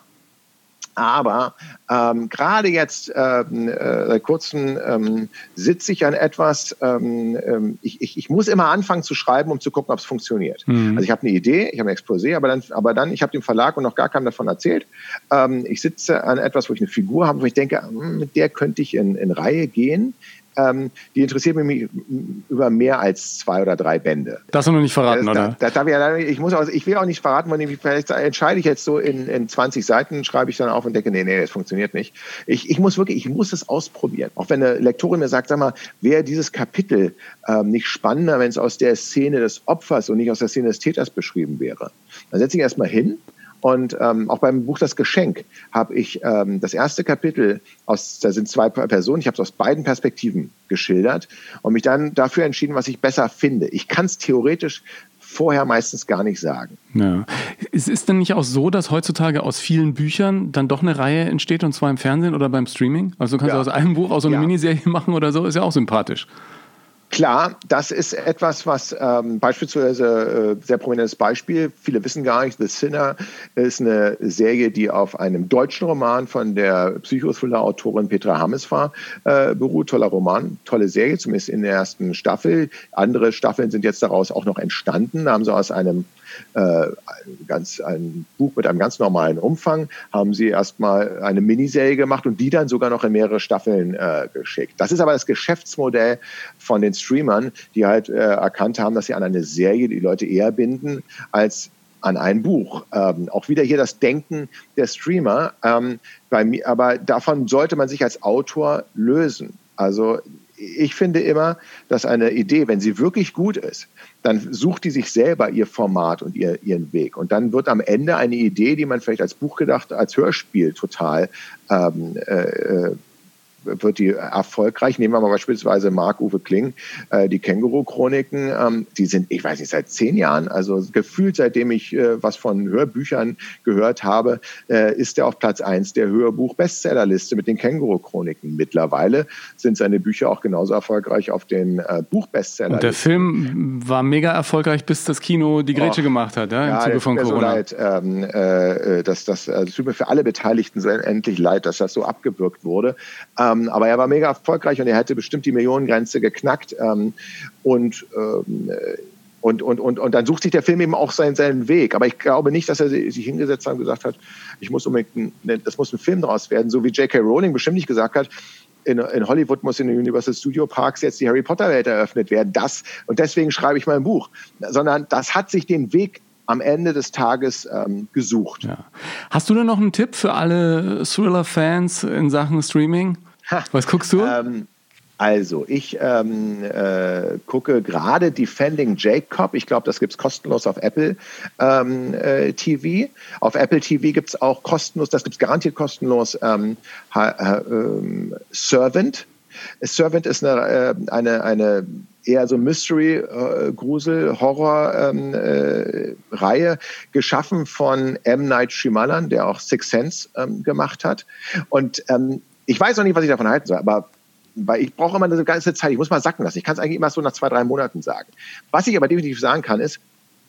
Aber ähm, gerade jetzt ähm, äh, seit kurzem ähm, sitze ich an etwas, ähm, ähm, ich, ich, ich muss immer anfangen zu schreiben, um zu gucken, ob es funktioniert. Mhm. Also ich habe eine Idee, ich habe ein Exposé, aber dann, aber dann ich habe dem Verlag und noch gar keinem davon erzählt. Ähm, ich sitze an etwas, wo ich eine Figur habe, wo ich denke, mit der könnte ich in, in Reihe gehen. Ähm, die interessiert mich über mehr als zwei oder drei Bände. Das noch nicht verraten, das, oder? Da, da, darf ich, ja, ich, muss auch, ich will auch nicht verraten, weil ich, vielleicht entscheide ich jetzt so in, in zwanzig Seiten, schreibe ich dann auf und denke, nee, nee, das funktioniert nicht. Ich, ich muss wirklich, ich muss es ausprobieren. Auch wenn eine Lektorin mir sagt, sag mal, wäre dieses Kapitel ähm, nicht spannender, wenn es aus der Szene des Opfers und nicht aus der Szene des Täters beschrieben wäre. Dann setze ich erstmal hin. Und ähm, auch beim Buch Das Geschenk habe ich ähm, das erste Kapitel, aus, da sind zwei Personen, ich habe es aus beiden Perspektiven geschildert und mich dann dafür entschieden, was ich besser finde. Ich kann es theoretisch vorher meistens gar nicht sagen. Ja. Es ist denn nicht auch so, dass heutzutage aus vielen Büchern dann doch eine Reihe entsteht, und zwar im Fernsehen oder beim Streaming? Also du kannst ja aus einem Buch auch so eine ja. Miniserie machen oder so, ist ja auch sympathisch. Klar, das ist etwas, was ähm, beispielsweise äh, sehr prominentes Beispiel, viele wissen gar nicht, The Sinner ist eine Serie, die auf einem deutschen Roman von der Psychothriller-Autorin Petra Hammesfahr äh, beruht. Toller Roman, tolle Serie, zumindest in der ersten Staffel. Andere Staffeln sind jetzt daraus auch noch entstanden. Da haben sie aus einem äh, ganz, ein Buch mit einem ganz normalen Umfang, haben sie erstmal eine Miniserie gemacht und die dann sogar noch in mehrere Staffeln äh, geschickt. Das ist aber das Geschäftsmodell von den Streamern, die halt äh, erkannt haben, dass sie an eine Serie die Leute eher binden als an ein Buch. Ähm, auch wieder hier das Denken der Streamer. Ähm, bei mir, aber davon sollte man sich als Autor lösen. Also ich finde immer, dass eine Idee, wenn sie wirklich gut ist, dann sucht die sich selber ihr Format und ihr, ihren Weg. Und dann wird am Ende eine Idee, die man vielleicht als Buch gedacht, als Hörspiel total ähm, äh, wird die erfolgreich. Nehmen wir mal beispielsweise Marc-Uwe Kling, äh, die Känguru-Chroniken. Ähm, die sind, ich weiß nicht, seit zehn Jahren, also gefühlt seitdem ich äh, was von Hörbüchern gehört habe, äh, ist er auf Platz eins der Hörbuch-Bestsellerliste mit den Känguru-Chroniken. Mittlerweile sind seine Bücher auch genauso erfolgreich auf den äh, Buch-Bestsellerlisten. Und der Film war mega erfolgreich, bis das Kino die Grätsche Och, gemacht hat, ja, im ja, Zuge von Corona. So leid, ähm, äh, dass das, also es tut mir für alle Beteiligten so endlich leid, dass das so abgewürgt wurde. Ähm, aber er war mega erfolgreich und er hätte bestimmt die Millionengrenze geknackt. Ähm, und, ähm, und, und, und, und dann sucht sich der Film eben auch seinen, seinen Weg. Aber ich glaube nicht, dass er sich hingesetzt hat und gesagt hat, ich muss unbedingt, ein, das muss ein Film daraus werden, so wie J K Rowling bestimmt nicht gesagt hat, in, in Hollywood muss in den Universal Studio Parks jetzt die Harry Potter Welt eröffnet werden. Das, und deswegen schreibe ich mein Buch. Sondern das hat sich den Weg am Ende des Tages ähm, gesucht. Ja. Hast du denn noch einen Tipp für alle Thriller-Fans in Sachen Streaming? Ha. Was guckst du? Ähm, also, ich ähm, äh, gucke gerade Defending Jacob. Ich glaube, das gibt es kostenlos auf Apple ähm, äh, T V. Auf Apple T V gibt es auch kostenlos, das gibt es garantiert kostenlos, ähm, ha, äh, Servant. Servant ist eine, äh, eine, eine eher so Mystery, äh, Grusel, Horror ähm, äh, Reihe, geschaffen von M. Night Shyamalan, der auch Sixth Sense ähm, gemacht hat. Und ähm, ich weiß noch nicht, was ich davon halten soll, aber weil ich brauche immer eine ganze Zeit, ich muss mal sacken lassen. Ich kann es eigentlich immer so nach zwei, drei Monaten sagen. Was ich aber definitiv sagen kann, ist,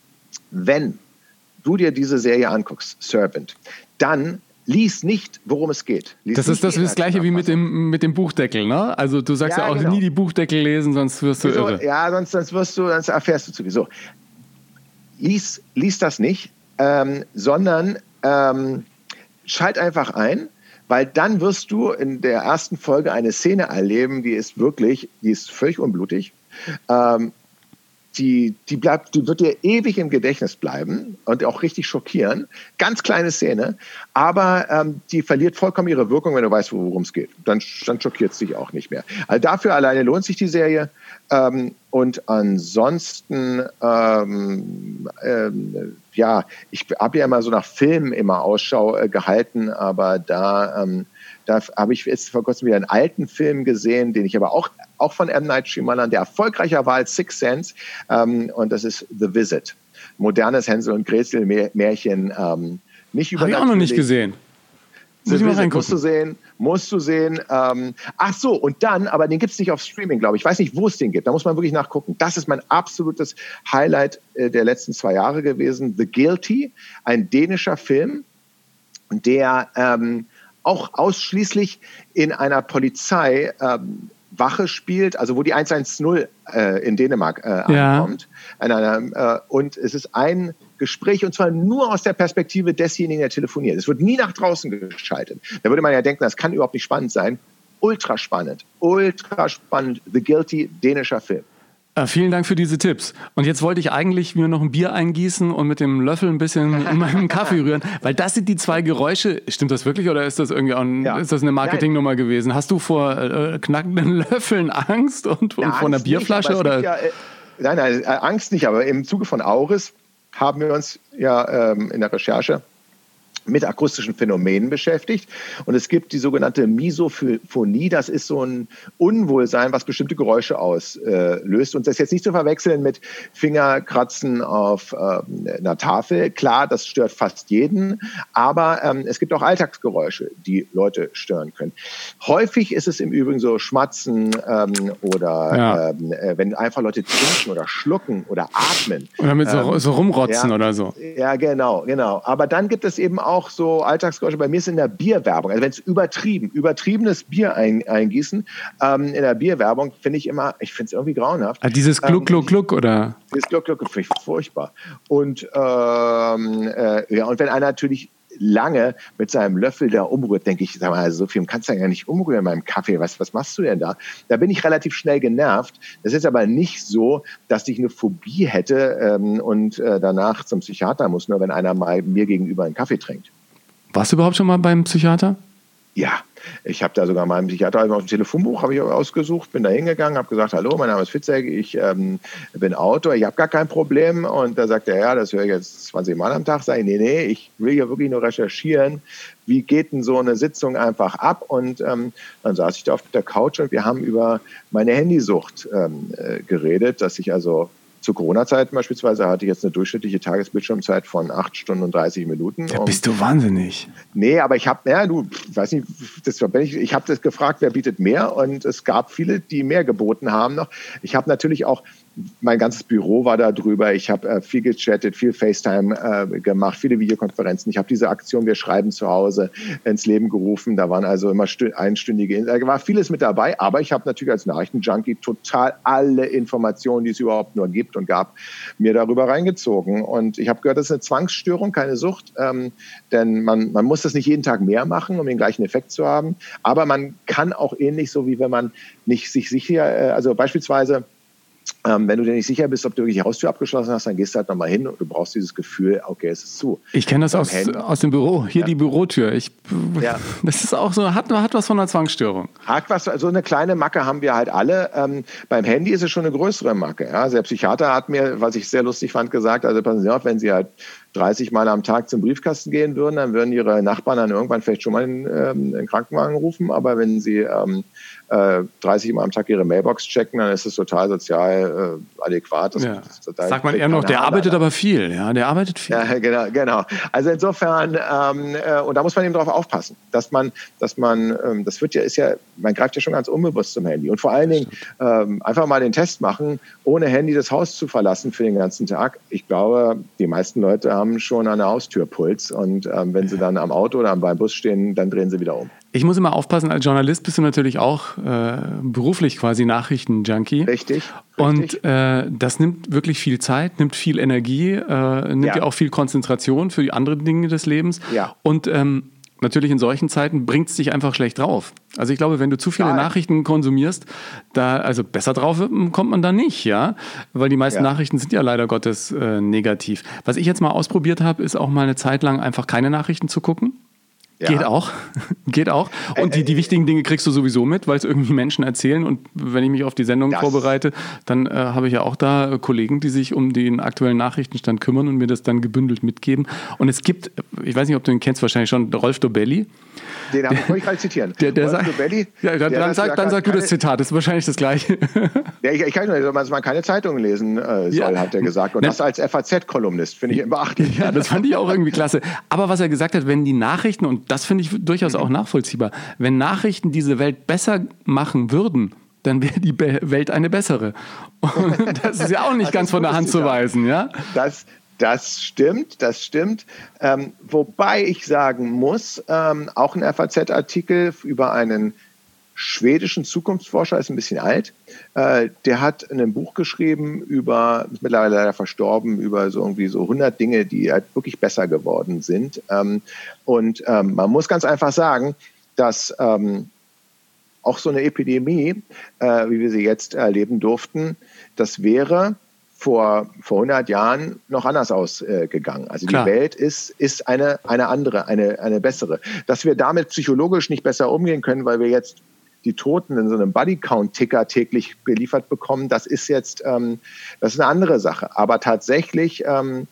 wenn du dir diese Serie anguckst, Servant, dann lies nicht, worum es geht. Lies das ist das, das Gleiche wie mit dem, mit dem Buchdeckel, ne? Also du sagst ja, ja auch genau. nie die Buchdeckel lesen, sonst wirst du Wieso? irre. Ja, sonst, sonst wirst du, sonst erfährst du sowieso. Lies, lies das nicht, ähm, sondern ähm, schalt einfach ein, weil dann wirst du in der ersten Folge eine Szene erleben, die ist wirklich, die ist völlig unblutig. Ähm, die, die, bleibt, die wird dir ewig im Gedächtnis bleiben und auch richtig schockieren. Ganz kleine Szene, aber ähm, die verliert vollkommen ihre Wirkung, wenn du weißt, worum es geht. Dann, dann schockiert es dich auch nicht mehr. Also dafür alleine lohnt sich die Serie. Ähm, und ansonsten, ähm, ähm, ja, ich habe ja immer so nach Filmen immer Ausschau äh, gehalten, aber da, ähm, da habe ich jetzt vor kurzem wieder einen alten Film gesehen, den ich aber auch, auch von M. Night Shyamalan, der erfolgreicher war als Sixth Sense, ähm, und das ist The Visit. Modernes Hänsel und Gretel Märchen, ähm, nicht übernatürlich. Habe ich auch noch nicht gesehen. Muss ich mal reingucken. Musst du sehen, musst du sehen. Ähm, ach so, und dann, aber den gibt's nicht auf Streaming, glaube ich. Ich weiß nicht, wo es den gibt. Da muss man wirklich nachgucken. Das ist mein absolutes Highlight äh, der letzten zwei Jahre gewesen. The Guilty, ein dänischer Film, der ähm, auch ausschließlich in einer Polizei ähm, Wache spielt, also wo die eins eins null äh, in Dänemark äh, ja. ankommt. In einer, äh, und es ist ein Gespräch, und zwar nur aus der Perspektive desjenigen, der telefoniert. Es wird nie nach draußen geschaltet. Da würde man ja denken, das kann überhaupt nicht spannend sein. Ultra spannend, ultra spannend. The Guilty, dänischer Film. Äh, vielen Dank für diese Tipps. Und jetzt wollte ich eigentlich mir noch ein Bier eingießen und mit dem Löffel ein bisschen in meinem Kaffee rühren, weil das sind die zwei Geräusche. Stimmt das wirklich oder ist das irgendwie auch ein, ja. ist das eine Marketingnummer gewesen? Hast du vor äh, knackenden Löffeln Angst und, und vor einer Bierflasche? Nicht, oder? Ja, äh, nein, nein, Angst nicht, aber im Zuge von Auris haben wir uns ja ähm, in der Recherche mit akustischen Phänomenen beschäftigt. Und es gibt die sogenannte Misophonie. Das ist so ein Unwohlsein, was bestimmte Geräusche auslöst. Und das ist jetzt nicht zu verwechseln mit Fingerkratzen auf ähm, einer Tafel. Klar, das stört fast jeden. Aber ähm, es gibt auch Alltagsgeräusche, die Leute stören können. Häufig ist es im Übrigen so Schmatzen ähm, oder ja. ähm, äh, wenn einfach Leute trinken oder schlucken oder atmen. Oder mit so, ähm, so rumrotzen ja, oder so. Ja, genau, genau. Aber dann gibt es eben auch auch so Alltagsgeräusche. Bei mir ist in der Bierwerbung, also wenn es übertrieben, übertriebenes Bier ein, eingießen, ähm, in der Bierwerbung finde ich immer, ich finde es irgendwie grauenhaft. Ah, dieses Gluck, Gluck, Gluck, oder? Dieses Gluck, Gluck, finde ich furchtbar. Und, ähm, äh, ja, und wenn einer natürlich lange mit seinem Löffel da umrührt, denke ich, sag mal, also so viel kannst du ja nicht umrühren in meinem Kaffee. Was, was machst du denn da? Da bin ich relativ schnell genervt. Das ist aber nicht so, dass ich eine Phobie hätte ähm, und äh, danach zum Psychiater muss, nur wenn einer mal mir gegenüber einen Kaffee trinkt. Warst du überhaupt schon mal beim Psychiater? Ja, ich habe da sogar meinen Psychiater aus dem Telefonbuch habe ich ausgesucht, bin da hingegangen, habe gesagt, hallo, mein Name ist Fitzek, ich ähm, bin Autor, ich habe gar kein Problem. Und da sagt er, ja, das höre ich jetzt zwanzig Mal am Tag. Sag ich, nee, nee, ich will ja wirklich nur recherchieren, wie geht denn so eine Sitzung einfach ab? Und ähm, dann saß ich da auf der Couch und wir haben über meine Handysucht ähm, äh, geredet, dass ich also zu Corona-Zeiten beispielsweise hatte ich jetzt eine durchschnittliche Tagesbildschirmzeit von acht Stunden und dreißig Minuten. Da bist du wahnsinnig. Nee, aber ich habe, ja, du, weiß nicht, das, ich, ich habe das gefragt, wer bietet mehr? Und es gab viele, die mehr geboten haben noch. Ich habe natürlich auch, mein ganzes Büro war da drüber. Ich habe äh, viel gechattet, viel FaceTime äh, gemacht, viele Videokonferenzen. Ich habe diese Aktion Wir schreiben zu Hause ins Leben gerufen. Da waren also immer stü- einstündige, da war vieles mit dabei. Aber ich habe natürlich als Nachrichtenjunkie total alle Informationen, die es überhaupt nur gibt und gab, mir darüber reingezogen. Und ich habe gehört, das ist eine Zwangsstörung, keine Sucht. Ähm, denn man, man muss das nicht jeden Tag mehr machen, um den gleichen Effekt zu haben. Aber man kann auch ähnlich so, wie wenn man nicht sich sicher, äh, also beispielsweise, Ähm, wenn du dir nicht sicher bist, ob du wirklich die Haustür abgeschlossen hast, dann gehst du halt nochmal hin und du brauchst dieses Gefühl, okay, es ist zu. Ich kenne das aus, aus dem Büro, hier ja. Die Bürotür. Ich, ja. Das ist auch so, hat, hat was von einer Zwangsstörung. Hat was, so eine kleine Macke haben wir halt alle. Ähm, beim Handy ist es schon eine größere Macke. Ja? Also der Psychiater hat mir, was ich sehr lustig fand, gesagt, also passen Sie auf, wenn Sie halt dreißig Mal am Tag zum Briefkasten gehen würden, dann würden Ihre Nachbarn dann irgendwann vielleicht schon mal einen, ähm, einen Krankenwagen rufen. Aber wenn Sie ähm, äh, dreißig Mal am Tag Ihre Mailbox checken, dann ist es total sozial äh, adäquat. Das, ja. das total Sagt man eher noch, der arbeitet aber viel. Ja, der arbeitet viel. Ja, genau, genau. Also insofern, ähm, äh, und da muss man eben drauf aufpassen, dass man, dass man, ähm, das wird ja, ist ja, man greift ja schon ganz unbewusst zum Handy. Und vor allen Dingen ähm, einfach mal den Test machen, ohne Handy das Haus zu verlassen für den ganzen Tag. Ich glaube, die meisten Leute haben schon an der Haustür Puls und ähm, wenn sie dann am Auto oder beim Bus stehen, dann drehen sie wieder um. Ich muss immer aufpassen, als Journalist bist du natürlich auch äh, beruflich quasi Nachrichtenjunkie. Richtig. Und äh, das nimmt wirklich viel Zeit, nimmt viel Energie, äh, nimmt ja. ja auch viel Konzentration für die anderen Dinge des Lebens. Ja. Und ähm, natürlich in solchen Zeiten bringt es dich einfach schlecht drauf. Also ich glaube, wenn du zu viele ja. Nachrichten konsumierst, da, also besser drauf kommt man da nicht, ja, weil die meisten ja. Nachrichten sind ja leider Gottes äh, negativ. Was ich jetzt mal ausprobiert habe, ist auch mal eine Zeit lang einfach keine Nachrichten zu gucken. Ja. Geht auch, geht auch. Und die, die wichtigen Dinge kriegst du sowieso mit, weil es irgendwie Menschen erzählen. Und wenn ich mich auf die Sendung das. vorbereite, dann äh, habe ich ja auch da äh, Kollegen, die sich um den aktuellen Nachrichtenstand kümmern und mir das dann gebündelt mitgeben. Und es gibt, ich weiß nicht, ob du ihn kennst, wahrscheinlich schon, Rolf Dobelli. Den habe ich, wollte ich gerade zitieren. Der, der Rolf sagt, Dobelli, ja, dann, der dann sag, dann sag du das Zitat, das ist wahrscheinlich das Gleiche. Ja, ich, ich kann nur, dass man keine Zeitung lesen äh, soll, ja. hat er gesagt. Und Na, das als F A Z-Kolumnist, finde ich beachtlich. Ja, das fand ich auch irgendwie klasse. Aber was er gesagt hat, wenn die Nachrichten, und das finde ich durchaus auch nachvollziehbar. Wenn Nachrichten diese Welt besser machen würden, dann wäre die Be- Welt eine bessere. Und das ist ja auch nicht ganz von der Hand zu weisen, ja? Das, das stimmt, das stimmt. Ähm, wobei ich sagen muss, ähm, auch ein F A Z-Artikel über einen schwedischen Zukunftsforscher, ist ein bisschen alt, äh, der hat ein Buch geschrieben über, ist mittlerweile leider verstorben, über so irgendwie so hundert Dinge, die halt wirklich besser geworden sind. Ähm, und ähm, man muss ganz einfach sagen, dass ähm, auch so eine Epidemie, äh, wie wir sie jetzt erleben durften, das wäre vor, vor hundert Jahren noch anders ausgegangen. Also Klar. Die Welt ist, ist eine, eine andere, eine, eine bessere. Dass wir damit psychologisch nicht besser umgehen können, weil wir jetzt die Toten in so einem Bodycount-Ticker täglich geliefert bekommen, das ist jetzt ähm, das ist eine andere Sache. Aber tatsächlich ähm,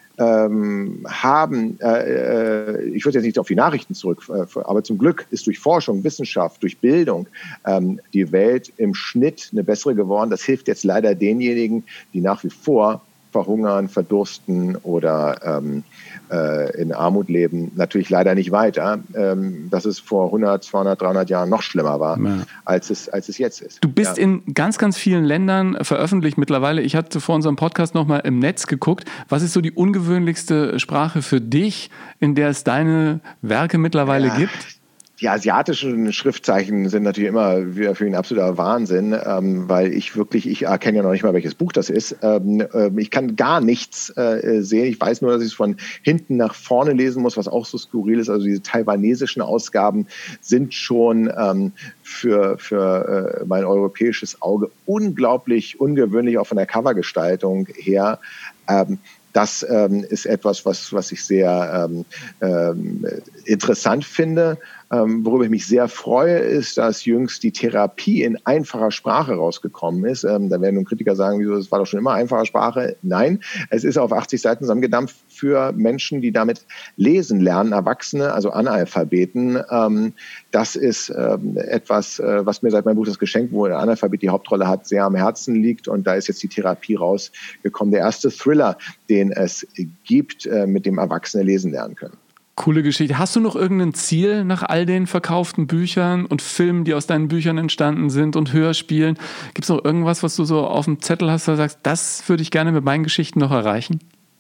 ähm, haben, äh, äh, ich würde jetzt nicht auf die Nachrichten zurück, äh, aber zum Glück ist durch Forschung, Wissenschaft, durch Bildung ähm, die Welt im Schnitt eine bessere geworden. Das hilft jetzt leider denjenigen, die nach wie vor verhungern, verdursten oder ähm, äh, in Armut leben, natürlich leider nicht weiter. Ähm, dass es vor hundert, zweihundert, dreihundert Jahren noch schlimmer war, ja. als, es, als es jetzt ist. Du bist ja. in ganz, ganz vielen Ländern veröffentlicht mittlerweile. Ich hatte vor unserem Podcast nochmal im Netz geguckt. Was ist so die ungewöhnlichste Sprache für dich, in der es deine Werke mittlerweile ja. gibt? Die asiatischen Schriftzeichen sind natürlich immer wieder für ihn absoluter Wahnsinn, ähm, weil ich wirklich, ich erkenne ja noch nicht mal, welches Buch das ist. Ähm, äh, ich kann gar nichts äh, sehen. Ich weiß nur, dass ich es von hinten nach vorne lesen muss, was auch so skurril ist. Also diese taiwanesischen Ausgaben sind schon ähm, für, für äh, mein europäisches Auge unglaublich ungewöhnlich, auch von der Covergestaltung her. Ähm, Das ähm, ist etwas, was, was ich sehr ähm, ähm, interessant finde. Ähm, worüber ich mich sehr freue, ist, dass jüngst die Therapie in einfacher Sprache rausgekommen ist. Ähm, da werden nun Kritiker sagen, wieso, das war doch schon immer einfache Sprache. Nein, es ist auf achtzig Seiten zusammengedampft für Menschen, die damit lesen lernen, Erwachsene, also Analphabeten. Ähm, das ist ähm, etwas, äh, was mir seit meinem Buch Das Geschenk, wo der Analphabet die Hauptrolle hat, sehr am Herzen liegt. Und da ist jetzt die Therapie rausgekommen. Der erste Thriller, den es gibt, äh, mit dem Erwachsene lesen lernen können. Coole Geschichte. Hast du noch irgendein Ziel nach all den verkauften Büchern und Filmen, die aus deinen Büchern entstanden sind und Hörspielen? Gibt es noch irgendwas, was du so auf dem Zettel hast, da sagst, das würde ich gerne mit meinen Geschichten noch erreichen?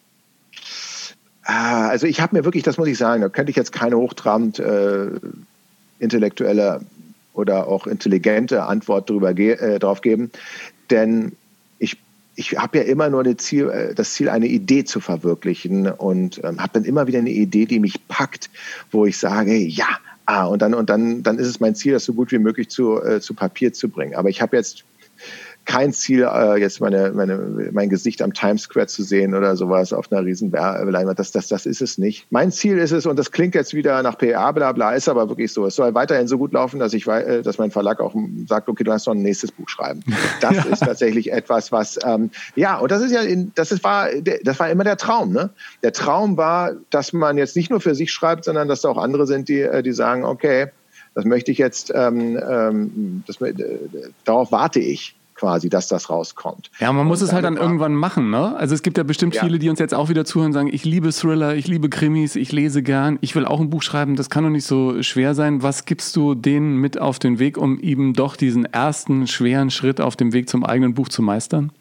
Also ich habe mir wirklich, das muss ich sagen, da könnte ich jetzt keine hochtrabend äh, intellektuelle oder auch intelligente Antwort drüber ge- äh, drauf geben, denn ich Ich habe ja immer nur das Ziel, das Ziel, eine Idee zu verwirklichen und ähm, habe dann immer wieder eine Idee, die mich packt, wo ich sage, ja, ah, und dann und dann dann ist es mein Ziel, das so gut wie möglich zu äh, zu Papier zu bringen. Aber ich habe jetzt kein Ziel, äh, jetzt meine, meine, mein Gesicht am Times Square zu sehen oder sowas auf einer riesen Leinwand. Das, das, das ist es nicht. Mein Ziel ist es, und das klingt jetzt wieder nach P R, bla bla, ist aber wirklich so. Es soll weiterhin so gut laufen, dass ich, äh, dass mein Verlag auch sagt, okay, du kannst noch ein nächstes Buch schreiben. Das ja. ist tatsächlich etwas, was, ähm, ja, und das ist ja, in, das ist, war, das war immer der Traum, ne? Der Traum war, dass man jetzt nicht nur für sich schreibt, sondern dass da auch andere sind, die, die sagen, okay, das möchte ich jetzt, ähm, ähm, das, äh, darauf warte ich. Quasi, dass das rauskommt. Ja, man muss und es halt dann irgendwann machen, ne? Also es gibt ja bestimmt ja. viele, die uns jetzt auch wieder zuhören und sagen, ich liebe Thriller, ich liebe Krimis, ich lese gern, ich will auch ein Buch schreiben, das kann doch nicht so schwer sein. Was gibst du denen mit auf den Weg, um eben doch diesen ersten schweren Schritt auf dem Weg zum eigenen Buch zu meistern?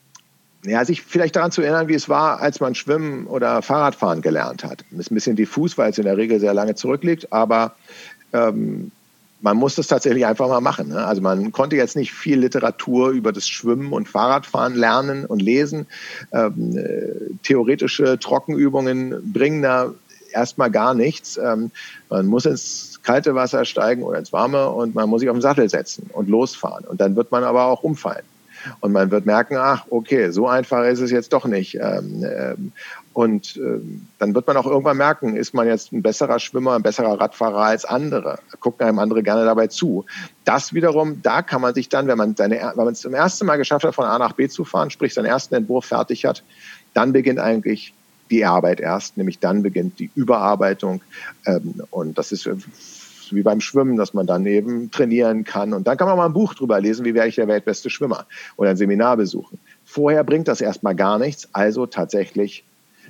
Ja, sich vielleicht daran zu erinnern, wie es war, als man Schwimmen oder Fahrradfahren gelernt hat. Das ist ein bisschen diffus, weil es in der Regel sehr lange zurückliegt, aber ähm, man muss das tatsächlich einfach mal machen. Ne? Also man konnte jetzt nicht viel Literatur über das Schwimmen und Fahrradfahren lernen und lesen. Ähm, äh, theoretische Trockenübungen bringen da erstmal gar nichts. Ähm, man muss ins kalte Wasser steigen oder ins warme und man muss sich auf den Sattel setzen und losfahren. Und dann wird man aber auch umfallen. Und man wird merken, ach, okay, so einfach ist es jetzt doch nicht. Ähm, ähm, und ähm, dann wird man auch irgendwann merken, ist man jetzt ein besserer Schwimmer, ein besserer Radfahrer als andere. Gucken einem andere gerne dabei zu. Das wiederum, da kann man sich dann, wenn man seine, wenn man es zum ersten Mal geschafft hat, von A nach B zu fahren, sprich seinen ersten Entwurf fertig hat, dann beginnt eigentlich die Arbeit erst, nämlich dann beginnt die Überarbeitung. Ähm, und das ist wie beim Schwimmen, dass man dann eben trainieren kann. Und dann kann man mal ein Buch drüber lesen, wie werde ich der weltbeste Schwimmer oder ein Seminar besuchen. Vorher bringt das erstmal gar nichts, also tatsächlich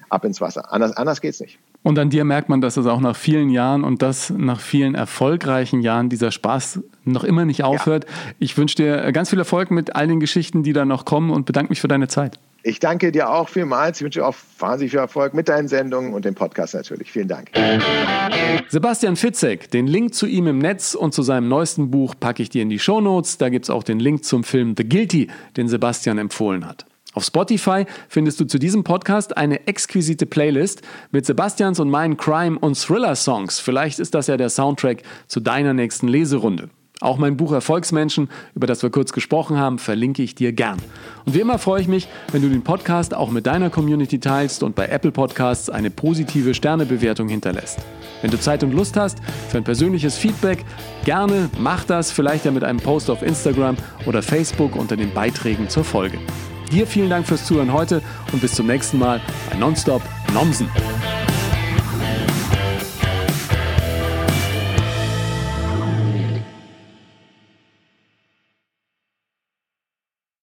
ab ins Wasser. Anders, anders geht's nicht. Und an dir merkt man, dass es auch nach vielen Jahren und das nach vielen erfolgreichen Jahren dieser Spaß noch immer nicht aufhört. Ja. Ich wünsche dir ganz viel Erfolg mit all den Geschichten, die da noch kommen und bedanke mich für deine Zeit. Ich danke dir auch vielmals. Ich wünsche dir auch wahnsinnig viel Erfolg mit deinen Sendungen und dem Podcast natürlich. Vielen Dank. Sebastian Fitzek, den Link zu ihm im Netz und zu seinem neuesten Buch packe ich dir in die Shownotes. Da gibt es auch den Link zum Film The Guilty, den Sebastian empfohlen hat. Auf Spotify findest du zu diesem Podcast eine exquisite Playlist mit Sebastians und meinen Crime- und Thriller-Songs. Vielleicht ist das ja der Soundtrack zu deiner nächsten Leserunde. Auch mein Buch Erfolgsmenschen, über das wir kurz gesprochen haben, verlinke ich dir gern. Und wie immer freue ich mich, wenn du den Podcast auch mit deiner Community teilst und bei Apple Podcasts eine positive Sternebewertung hinterlässt. Wenn du Zeit und Lust hast für ein persönliches Feedback, gerne mach das, vielleicht ja mit einem Post auf Instagram oder Facebook unter den Beiträgen zur Folge. Dir vielen Dank fürs Zuhören heute und bis zum nächsten Mal bei Nonstop Nomsen.